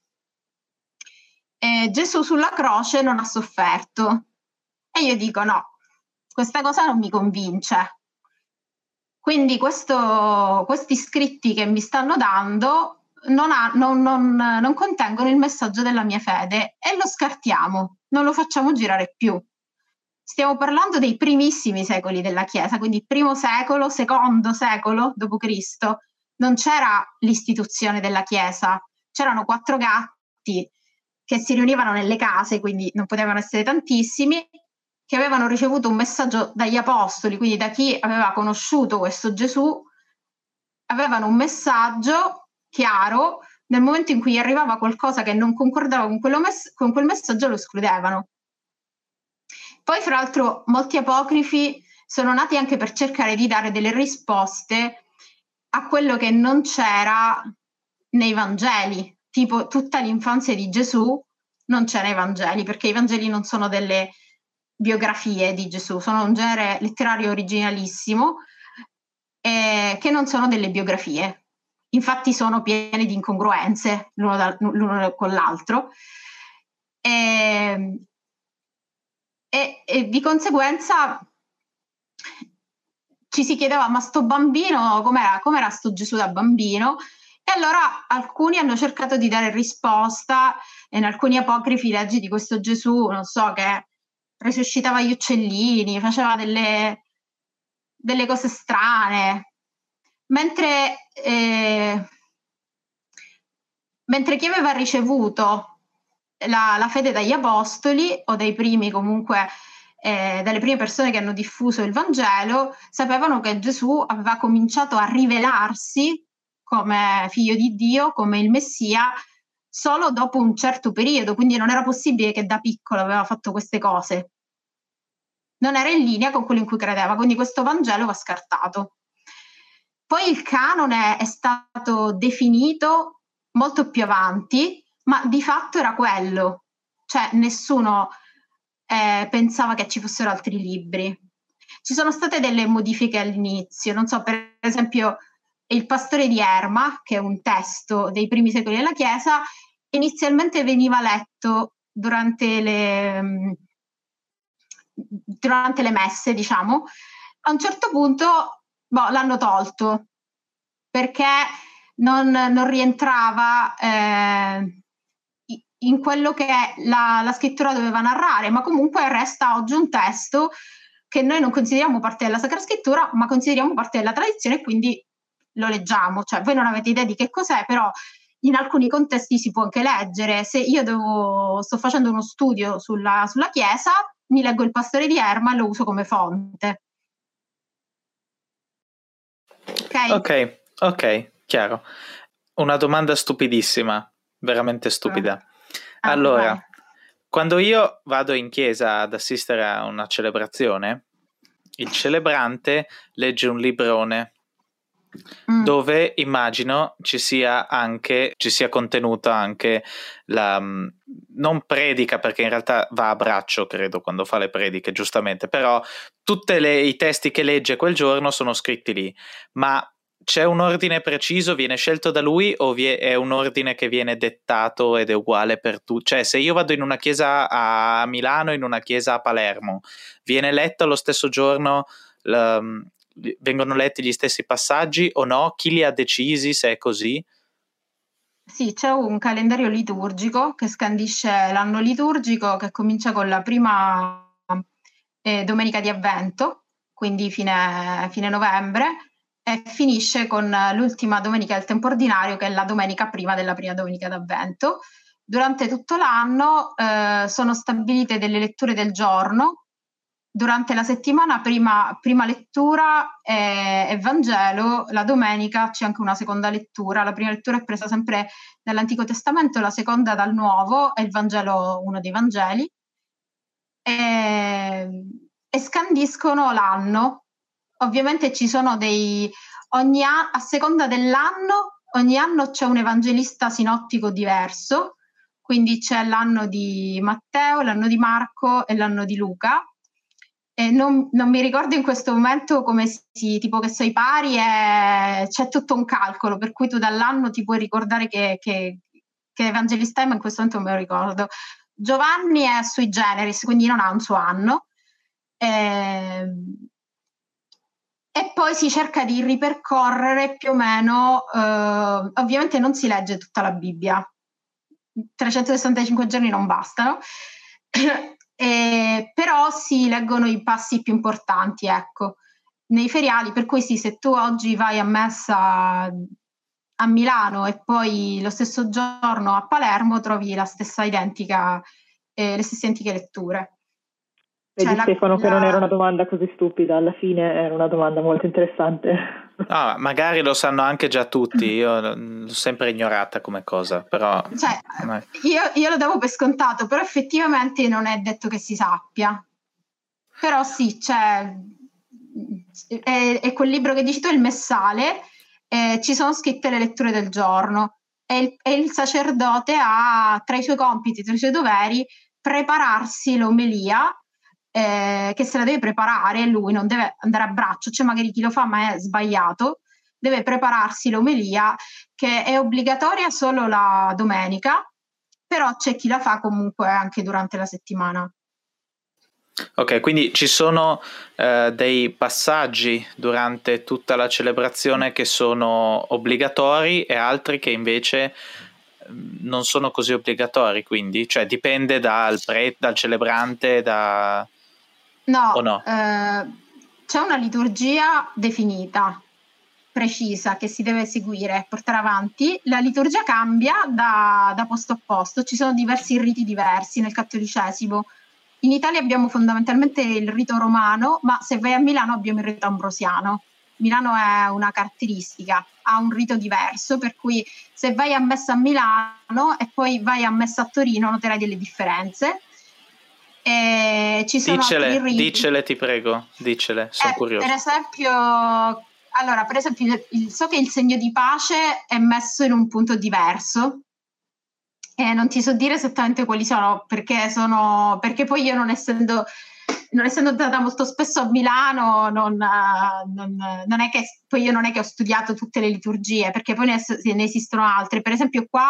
Gesù sulla croce non ha sofferto. E io dico no, questa cosa non mi convince. Quindi questi scritti che mi stanno dando non contengono il messaggio della mia fede e lo scartiamo, non lo facciamo girare più. Stiamo parlando dei primissimi secoli della Chiesa, quindi primo secolo, secondo secolo d.C. Non c'era l'istituzione della Chiesa, c'erano 4 gatti che si riunivano nelle case, quindi non potevano essere tantissimi, che avevano ricevuto un messaggio dagli apostoli, quindi da chi aveva conosciuto questo Gesù, avevano un messaggio chiaro, nel momento in cui arrivava qualcosa che non concordava con quel messaggio lo escludevano. Poi fra l'altro molti apocrifi sono nati anche per cercare di dare delle risposte a quello che non c'era nei Vangeli, tipo tutta l'infanzia di Gesù non c'è nei Vangeli, perché i Vangeli non sono delle biografie di Gesù, sono un genere letterario originalissimo che non sono delle biografie. Infatti sono piene di incongruenze l'uno con l'altro e di conseguenza ci si chiedeva: ma sto bambino com'era sto Gesù da bambino? E allora alcuni hanno cercato di dare risposta, e in alcuni apocrifi leggi di questo Gesù, non so, che resuscitava gli uccellini, faceva delle cose strane, mentre chi aveva ricevuto la fede dagli apostoli, o dai primi comunque, dalle prime persone che hanno diffuso il Vangelo, sapevano che Gesù aveva cominciato a rivelarsi come figlio di Dio, come il Messia, solo dopo un certo periodo, quindi non era possibile che da piccolo aveva fatto queste cose. Non era in linea con quello in cui credeva, quindi questo Vangelo va scartato. Poi il canone è stato definito molto più avanti, ma di fatto era quello, cioè nessuno pensava che ci fossero altri libri. Ci sono state delle modifiche all'inizio, non so, per esempio il Pastore di Erma, che è un testo dei primi secoli della Chiesa, inizialmente veniva letto durante le messe, diciamo. A un certo punto l'hanno tolto perché non rientrava in quello che la scrittura doveva narrare, ma comunque resta oggi un testo che noi non consideriamo parte della Sacra Scrittura, ma consideriamo parte della tradizione, e quindi lo leggiamo. Cioè, voi non avete idea di che cos'è, però in alcuni contesti si può anche leggere. Se io sto facendo uno studio sulla Chiesa, mi leggo il Pastore di Erma e lo uso come fonte. Ok, chiaro. Una domanda stupidissima, veramente stupida. Allora, vai. Quando io vado in chiesa ad assistere a una celebrazione, il celebrante legge un librone dove immagino ci sia contenuta anche non predica, perché in realtà va a braccio, credo, quando fa le prediche, giustamente, però tutti i testi che legge quel giorno sono scritti lì. Ma c'è un ordine preciso, viene scelto da lui, o è un ordine che viene dettato ed è uguale per tutti? Cioè, se io vado in una chiesa a Milano, in una chiesa a Palermo, viene letto lo stesso giorno, vengono letti gli stessi passaggi o no? Chi li ha decisi, se è così? Sì, c'è un calendario liturgico che scandisce l'anno liturgico, che comincia con la prima domenica di Avvento, quindi fine novembre, e finisce con l'ultima domenica del tempo ordinario, che è la domenica prima della prima domenica d'Avvento. Durante tutto l'anno sono stabilite delle letture del giorno. Durante la settimana prima lettura e Vangelo, la domenica c'è anche una seconda lettura. La prima lettura è presa sempre dall'Antico Testamento, la seconda dal Nuovo, è il Vangelo, uno dei Vangeli, e scandiscono l'anno. Ovviamente ci sono a seconda dell'anno, ogni anno c'è un evangelista sinottico diverso, quindi c'è l'anno di Matteo, l'anno di Marco e l'anno di Luca. Non mi ricordo in questo momento come tipo che sei pari, e c'è tutto un calcolo, per cui tu dall'anno ti puoi ricordare che evangelista è, ma in questo momento non me lo ricordo. Giovanni è sui generis, quindi non ha un suo anno. E poi si cerca di ripercorrere più o meno, ovviamente non si legge tutta la Bibbia, 365 giorni non bastano, però si leggono i passi più importanti, ecco, nei feriali, per cui sì, se tu oggi vai a messa a Milano e poi lo stesso giorno a Palermo, trovi le stesse identiche letture. Vedi, Stefano, che non era una domanda così stupida, alla fine era una domanda molto interessante. No, magari lo sanno anche già tutti, io l'ho sempre ignorata come cosa, però... Cioè, io lo davo per scontato, però effettivamente non è detto che si sappia. Però sì, c'è è quel libro che dici tu, il Messale, ci sono scritte le letture del giorno. e il sacerdote ha tra i suoi compiti, tra i suoi doveri, prepararsi l'omelia, che se la deve preparare lui, non deve andare a braccio, cioè magari chi lo fa ma è sbagliato, deve prepararsi l'omelia che è obbligatoria solo la domenica, però c'è chi la fa comunque anche durante la settimana. Ok, quindi ci sono dei passaggi durante tutta la celebrazione che sono obbligatori e altri che invece non sono così obbligatori, quindi? Cioè dipende dal celebrante, No, o no? c'è una liturgia definita, precisa, che si deve seguire, portare avanti. La liturgia cambia da posto a posto, ci sono diversi riti diversi nel cattolicesimo. In Italia abbiamo fondamentalmente il rito romano, ma se vai a Milano abbiamo il rito ambrosiano. Milano è una caratteristica, ha un rito diverso, per cui se vai a messa a Milano e poi vai a messa a Torino noterai delle differenze. Ci sono altri riti. Dicele, ti prego, dicele, sono curioso. Per esempio, so che il segno di pace è messo in un punto diverso. Non ti so dire esattamente quali sono, perché poi io non essendo andata molto spesso a Milano, non è che poi io non è che ho studiato tutte le liturgie, perché poi ne esistono altre. Per esempio qua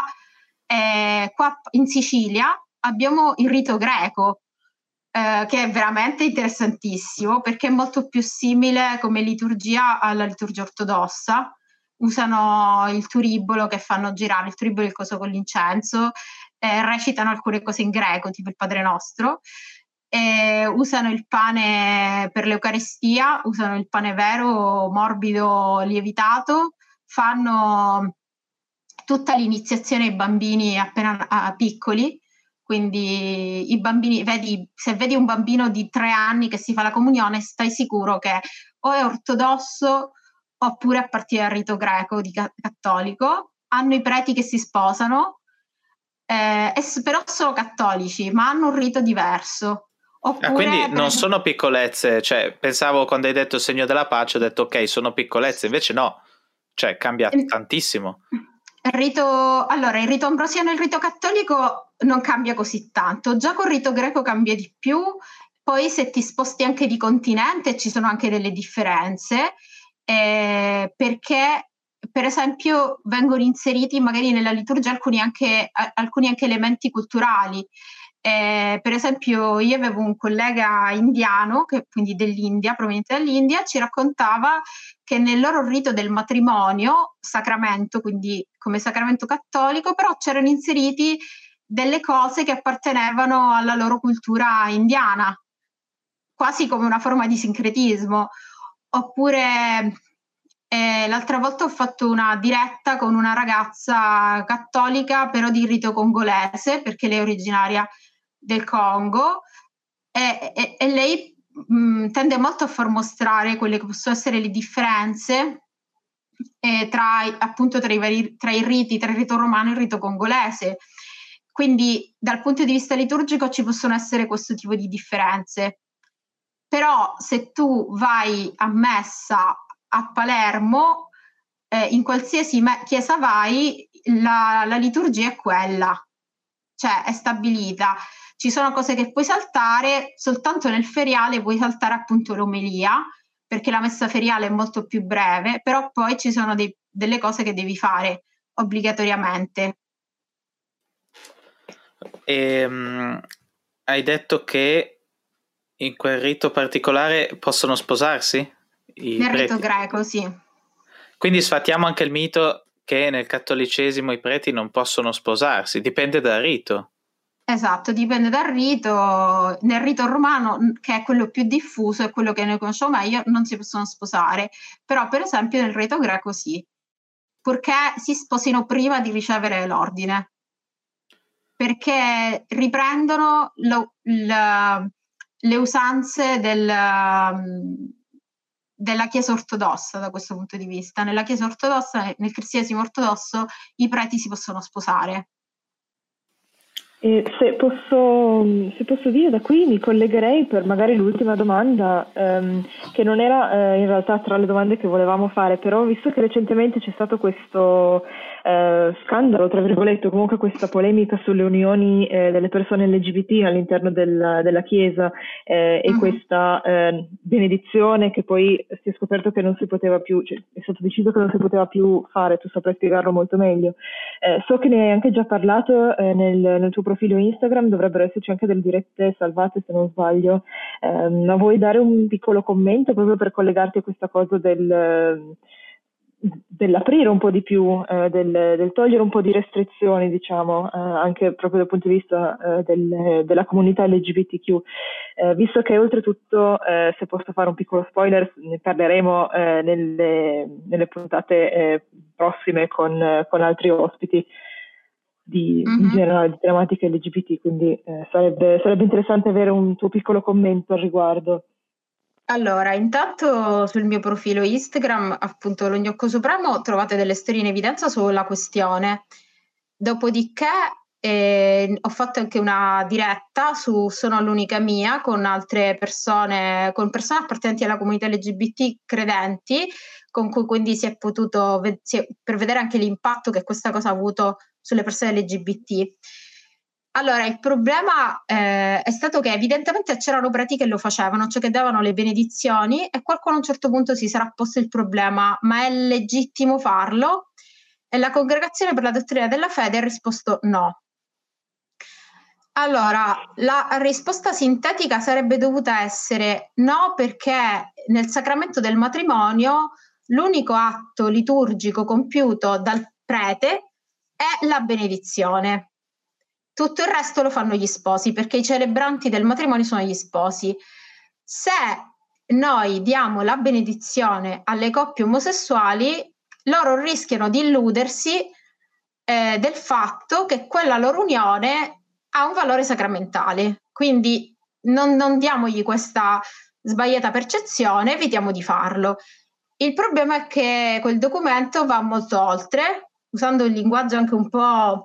in Sicilia abbiamo il rito greco, che è veramente interessantissimo, perché è molto più simile come liturgia alla liturgia ortodossa. Usano il turibolo che fanno girare, il turibolo è il coso con l'incenso, recitano alcune cose in greco, tipo il Padre Nostro, usano il pane per l'Eucaristia, usano il pane vero, morbido, lievitato, fanno tutta l'iniziazione ai bambini appena piccoli, quindi i bambini, se vedi un bambino di 3 anni che si fa la comunione, stai sicuro che o è ortodosso oppure appartiene al rito greco cattolico. Hanno i preti che si sposano, però sono cattolici, ma hanno un rito diverso. Quindi non sono piccolezze, cioè pensavo quando hai detto il segno della pace, ho detto ok, sono piccolezze, invece no, cioè cambia tantissimo. Il rito ambrosiano e il rito cattolico non cambia così tanto, già col rito greco cambia di più, poi se ti sposti anche di continente ci sono anche delle differenze, perché per esempio vengono inseriti magari nella liturgia alcuni anche elementi culturali. Per esempio io avevo un collega indiano, quindi dell'India, proveniente dall'India, ci raccontava che nel loro rito del matrimonio, sacramento, quindi come sacramento cattolico, però c'erano inseriti delle cose che appartenevano alla loro cultura indiana, quasi come una forma di sincretismo. Oppure l'altra volta ho fatto una diretta con una ragazza cattolica, però di rito congolese, perché lei è originaria del Congo, e lei tende molto a far mostrare quelle che possono essere le differenze tra i riti, tra il rito romano e il rito congolese. Quindi dal punto di vista liturgico ci possono essere questo tipo di differenze. Però se tu vai a messa a Palermo, in qualsiasi chiesa vai, la liturgia è quella, cioè è stabilita. Ci sono cose che puoi saltare, soltanto nel feriale puoi saltare appunto l'omelia, perché la messa feriale è molto più breve, però poi ci sono delle cose che devi fare obbligatoriamente. Hai detto che in quel rito particolare possono sposarsi? Nel rito greco, sì. Quindi sfattiamo anche il mito che nel cattolicesimo i preti non possono sposarsi, dipende dal rito. Esatto, dipende dal rito. Nel rito romano, che è quello più diffuso, è quello che noi conosciamo meglio, non si possono sposare. Però per esempio nel rito greco sì, purché si sposino prima di ricevere l'ordine, perché riprendono le usanze della Chiesa ortodossa da questo punto di vista. Nella Chiesa ortodossa, nel cristianesimo ortodosso, i preti si possono sposare. E se posso dire, da qui mi collegherei per magari l'ultima domanda, che non era in realtà tra le domande che volevamo fare, però visto che recentemente c'è stato questo scandalo, tra virgolette, comunque questa polemica sulle unioni delle persone LGBT all'interno della Chiesa e questa benedizione che poi si è scoperto che non si poteva più, cioè è stato deciso che non si poteva più fare, tu saprai spiegarlo molto meglio. So che ne hai anche già parlato nel tuo profilo Instagram, dovrebbero esserci anche delle dirette salvate se non sbaglio, ma vuoi dare un piccolo commento proprio per collegarti a questa cosa dell'aprire un po' di più, del togliere un po' di restrizioni, diciamo, anche proprio dal punto di vista della comunità LGBTQ. Visto che oltretutto, se posso fare un piccolo spoiler, ne parleremo nelle puntate prossime con altri ospiti in generale di tematiche LGBT, quindi sarebbe interessante avere un tuo piccolo commento al riguardo. Allora, intanto sul mio profilo Instagram, appunto lo Gnocco Supremo, trovate delle storie in evidenza sulla questione. Dopodiché ho fatto anche una diretta su Sono l'unica mia con altre persone, con persone appartenenti alla comunità LGBT credenti, con cui quindi si è potuto, per vedere anche l'impatto che questa cosa ha avuto sulle persone LGBT. Allora, il problema è stato che evidentemente c'erano preti che lo facevano, cioè che davano le benedizioni, e qualcuno a un certo punto si sarà posto il problema: ma è legittimo farlo? E la Congregazione per la Dottrina della Fede ha risposto no. Allora, la risposta sintetica sarebbe dovuta essere no, perché nel sacramento del matrimonio l'unico atto liturgico compiuto dal prete è la benedizione. Tutto il resto lo fanno gli sposi, perché i celebranti del matrimonio sono gli sposi. Se noi diamo la benedizione alle coppie omosessuali, loro rischiano di illudersi del fatto che quella loro unione ha un valore sacramentale. Quindi non diamogli questa sbagliata percezione, evitiamo di farlo. Il problema è che quel documento va molto oltre, usando un linguaggio anche un po'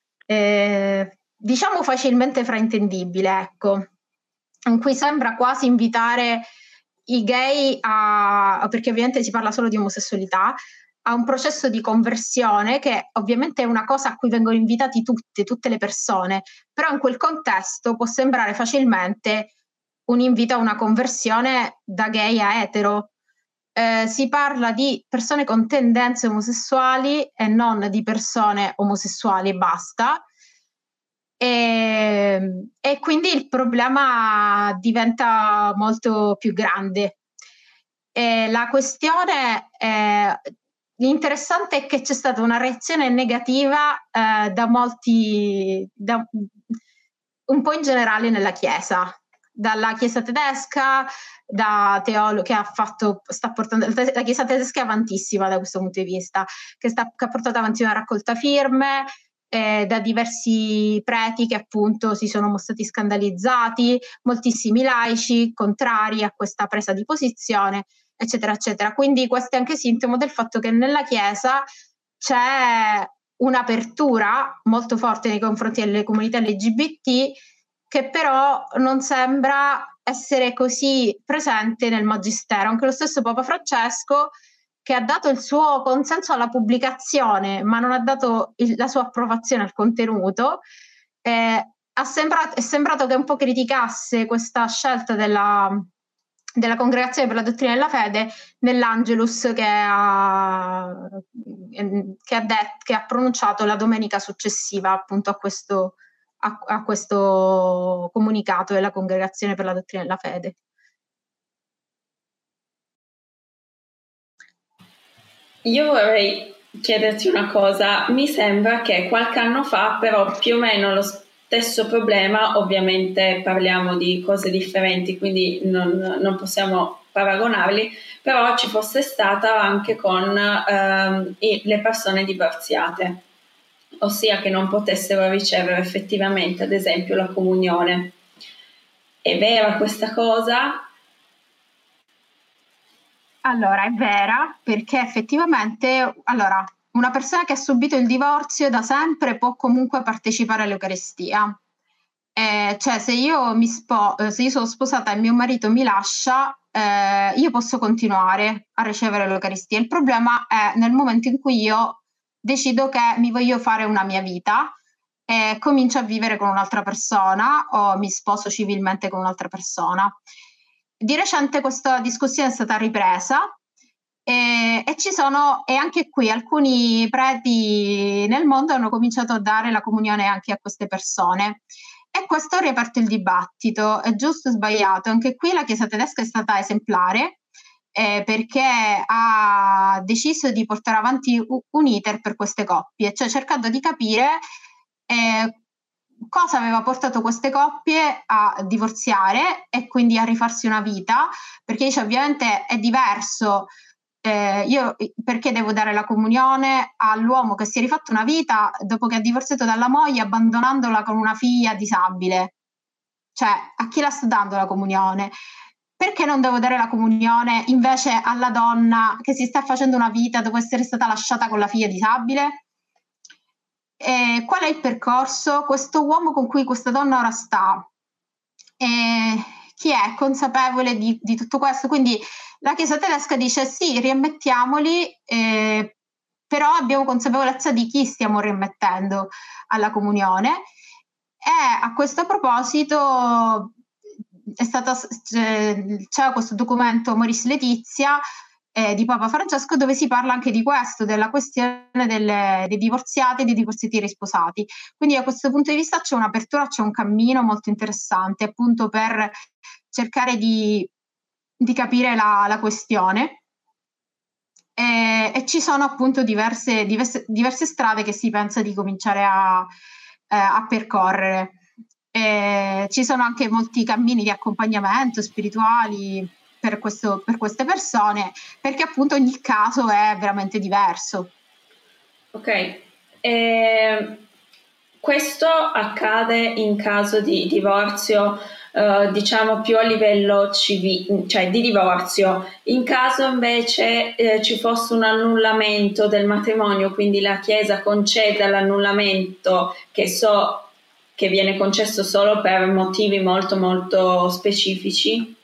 diciamo facilmente fraintendibile, ecco, in cui sembra quasi invitare i gay perché ovviamente si parla solo di omosessualità, a un processo di conversione che ovviamente è una cosa a cui vengono invitati tutte le persone, però in quel contesto può sembrare facilmente un invito a una conversione da gay a etero. Si parla di persone con tendenze omosessuali e non di persone omosessuali e basta, e quindi il problema diventa molto più grande. La questione l'interessante è che c'è stata una reazione negativa da molti, un po' in generale nella Chiesa, dalla Chiesa tedesca, da teologo che sta portando, la Chiesa tedesca è avantissima da questo punto di vista, che ha portato avanti una raccolta firme, da diversi preti che appunto si sono mostrati scandalizzati, moltissimi laici contrari a questa presa di posizione, eccetera, eccetera. Quindi questo è anche sintomo del fatto che nella Chiesa c'è un'apertura molto forte nei confronti delle comunità LGBT, che però non sembra essere così presente nel Magistero. Anche lo stesso Papa Francesco, che ha dato il suo consenso alla pubblicazione, ma non ha dato la sua approvazione al contenuto, è sembrato che un po' criticasse questa scelta della Congregazione per la Dottrina della Fede nell'Angelus che ha pronunciato la domenica successiva appunto a questo comunicato della Congregazione per la Dottrina della Fede. Io vorrei chiederti una cosa. Mi sembra che qualche anno fa, però più o meno lo stesso problema, ovviamente parliamo di cose differenti, quindi non possiamo paragonarli, però ci fosse stata anche con le persone divorziate, ossia che non potessero ricevere effettivamente, ad esempio, la comunione. È vera questa cosa? Allora, è vera, perché effettivamente, una persona che ha subito il divorzio da sempre può comunque partecipare all'Eucaristia. Cioè, se io sono sposata e mio marito mi lascia, io posso continuare a ricevere l'Eucaristia. Il problema è nel momento in cui io decido che mi voglio fare una mia vita e comincio a vivere con un'altra persona o mi sposo civilmente con un'altra persona. Di recente questa discussione è stata ripresa e anche qui alcuni preti nel mondo hanno cominciato a dare la comunione anche a queste persone. E questo ha riaperto il dibattito, è giusto o sbagliato? Anche qui la Chiesa tedesca è stata esemplare perché ha deciso di portare avanti un iter per queste coppie, cioè cercando di capire cosa aveva portato queste coppie a divorziare e quindi a rifarsi una vita, perché dice ovviamente è diverso. Io perché devo dare la comunione all'uomo che si è rifatto una vita dopo che ha divorziato dalla moglie abbandonandola con una figlia disabile? Cioè, a chi la sto dando la comunione? Perché non devo dare la comunione invece alla donna che si sta facendo una vita dopo essere stata lasciata con la figlia disabile? Qual è il percorso? Questo uomo con cui questa donna ora sta, chi è consapevole di tutto questo? Quindi la Chiesa tedesca dice sì, riammettiamoli, però abbiamo consapevolezza di chi stiamo riammettendo alla comunione. E a questo proposito c'è questo documento Amoris Laetitia di Papa Francesco dove si parla anche di questo, della questione dei divorziati e dei divorziati risposati. Quindi da questo punto di vista c'è un'apertura, c'è un cammino molto interessante appunto per cercare di capire la questione e ci sono appunto diverse strade che si pensa di cominciare a percorrere. Ci sono anche molti cammini di accompagnamento spirituali per queste persone, perché appunto ogni caso è veramente diverso. Ok, questo accade in caso di divorzio, diciamo più a livello civile, cioè di divorzio. In caso invece ci fosse un annullamento del matrimonio, quindi la Chiesa conceda l'annullamento che viene concesso solo per motivi molto molto specifici.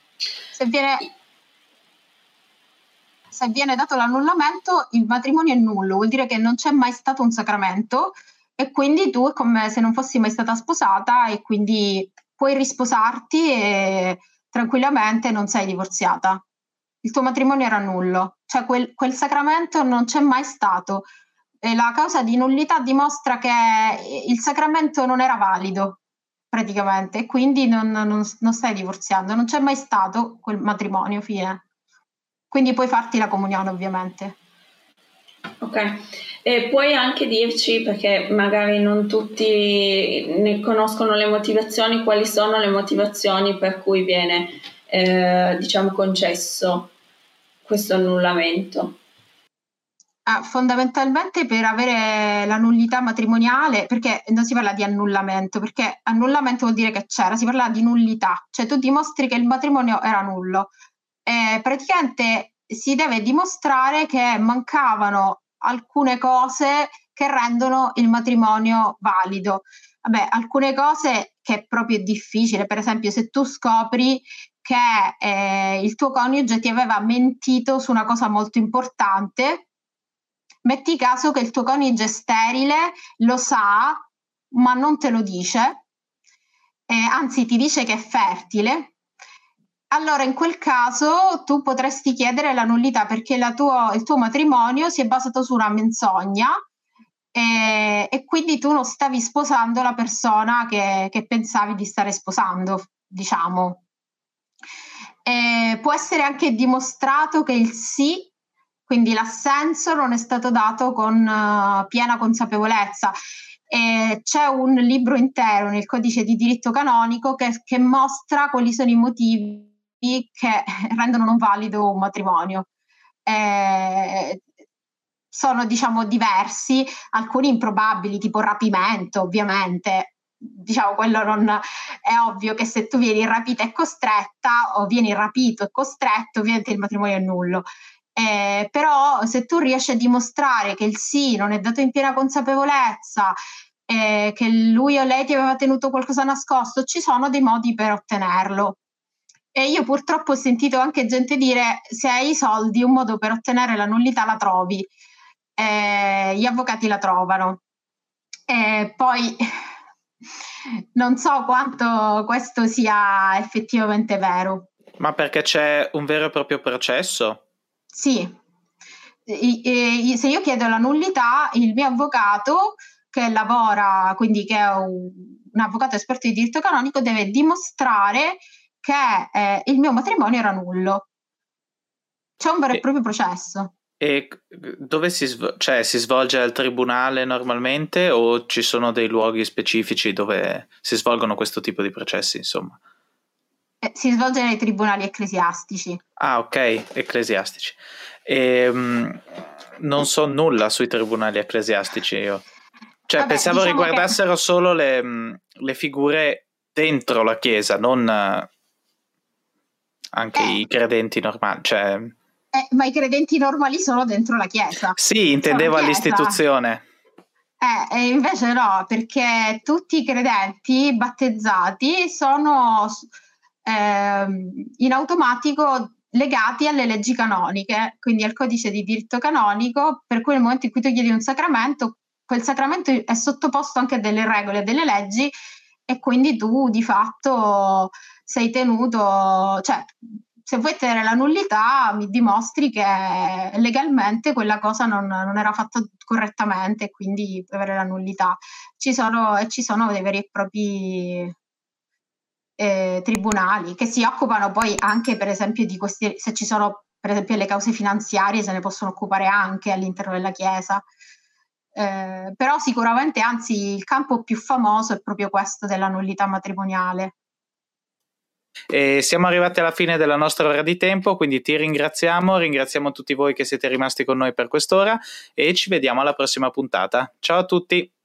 Se viene dato l'annullamento, il matrimonio è nullo, vuol dire che non c'è mai stato un sacramento e quindi tu è come se non fossi mai stata sposata e quindi puoi risposarti e tranquillamente non sei divorziata. Il tuo matrimonio era nullo, cioè quel sacramento non c'è mai stato. E la causa di nullità dimostra che il sacramento non era valido praticamente e quindi non stai divorziando, non c'è mai stato quel matrimonio, fine. Quindi puoi farti la comunione ovviamente. Ok, e puoi anche dirci, perché magari non tutti ne conoscono le motivazioni, quali sono le motivazioni per cui viene diciamo concesso questo annullamento? Fondamentalmente per avere la nullità matrimoniale, perché non si parla di annullamento, perché annullamento vuol dire che c'era, si parla di nullità, cioè tu dimostri che il matrimonio era nullo. Praticamente si deve dimostrare che mancavano alcune cose che rendono il matrimonio valido. Vabbè, alcune cose che proprio è difficile, per esempio se tu scopri che il tuo coniuge ti aveva mentito su una cosa molto importante, metti caso che il tuo coniuge è sterile, lo sa, ma non te lo dice, anzi ti dice che è fertile. Allora in quel caso tu potresti chiedere la nullità perché il tuo matrimonio si è basato su una menzogna e quindi tu non stavi sposando la persona che pensavi di stare sposando, diciamo. Può essere anche dimostrato che il sì, quindi l'assenso, non è stato dato con piena consapevolezza. C'è un libro intero nel codice di diritto canonico che mostra quali sono i motivi che rendono non valido un matrimonio. Sono diciamo diversi, alcuni improbabili, tipo rapimento ovviamente, diciamo quello non è ovvio che se tu vieni rapita e costretta o vieni rapito e costretto ovviamente il matrimonio è nullo. Però se tu riesci a dimostrare che il sì non è dato in piena consapevolezza, che lui o lei ti aveva tenuto qualcosa nascosto, ci sono dei modi per ottenerlo. E io purtroppo ho sentito anche gente dire se hai i soldi un modo per ottenere la nullità la trovi. gli avvocati la trovano. Poi non so quanto questo sia effettivamente vero. Ma perché c'è un vero e proprio processo? Sì. Se io chiedo la nullità, il mio avvocato che lavora, quindi che è un avvocato esperto di diritto canonico, deve dimostrare che il mio matrimonio era nullo. C'è un vero e proprio processo. E dove si svolge al tribunale normalmente, o ci sono dei luoghi specifici dove si svolgono questo tipo di processi, insomma? Si svolge nei tribunali ecclesiastici. Ah, ok, ecclesiastici. Non so nulla sui tribunali ecclesiastici io. Cioè, vabbè, pensavo diciamo riguardassero solo le figure dentro la chiesa, non anche i credenti normali, cioè... ma i credenti normali sono dentro la chiesa. Sì, intendevo all'istituzione. E invece no, perché tutti i credenti battezzati sono in automatico legati alle leggi canoniche, quindi al codice di diritto canonico, per cui nel momento in cui tu chiedi un sacramento, quel sacramento è sottoposto anche a delle regole, a delle leggi, e quindi tu di fatto sei tenuto, cioè se vuoi tenere la nullità mi dimostri che legalmente quella cosa non era fatta correttamente e quindi puoi avere la nullità. Ci sono dei veri e propri tribunali che si occupano poi anche per esempio di questi, se ci sono per esempio le cause finanziarie se ne possono occupare anche all'interno della Chiesa. Però sicuramente, anzi, il campo più famoso è proprio questo della nullità matrimoniale. E siamo arrivati alla fine della nostra ora di tempo, quindi ti ringraziamo tutti voi che siete rimasti con noi per quest'ora e ci vediamo alla prossima puntata. Ciao a tutti!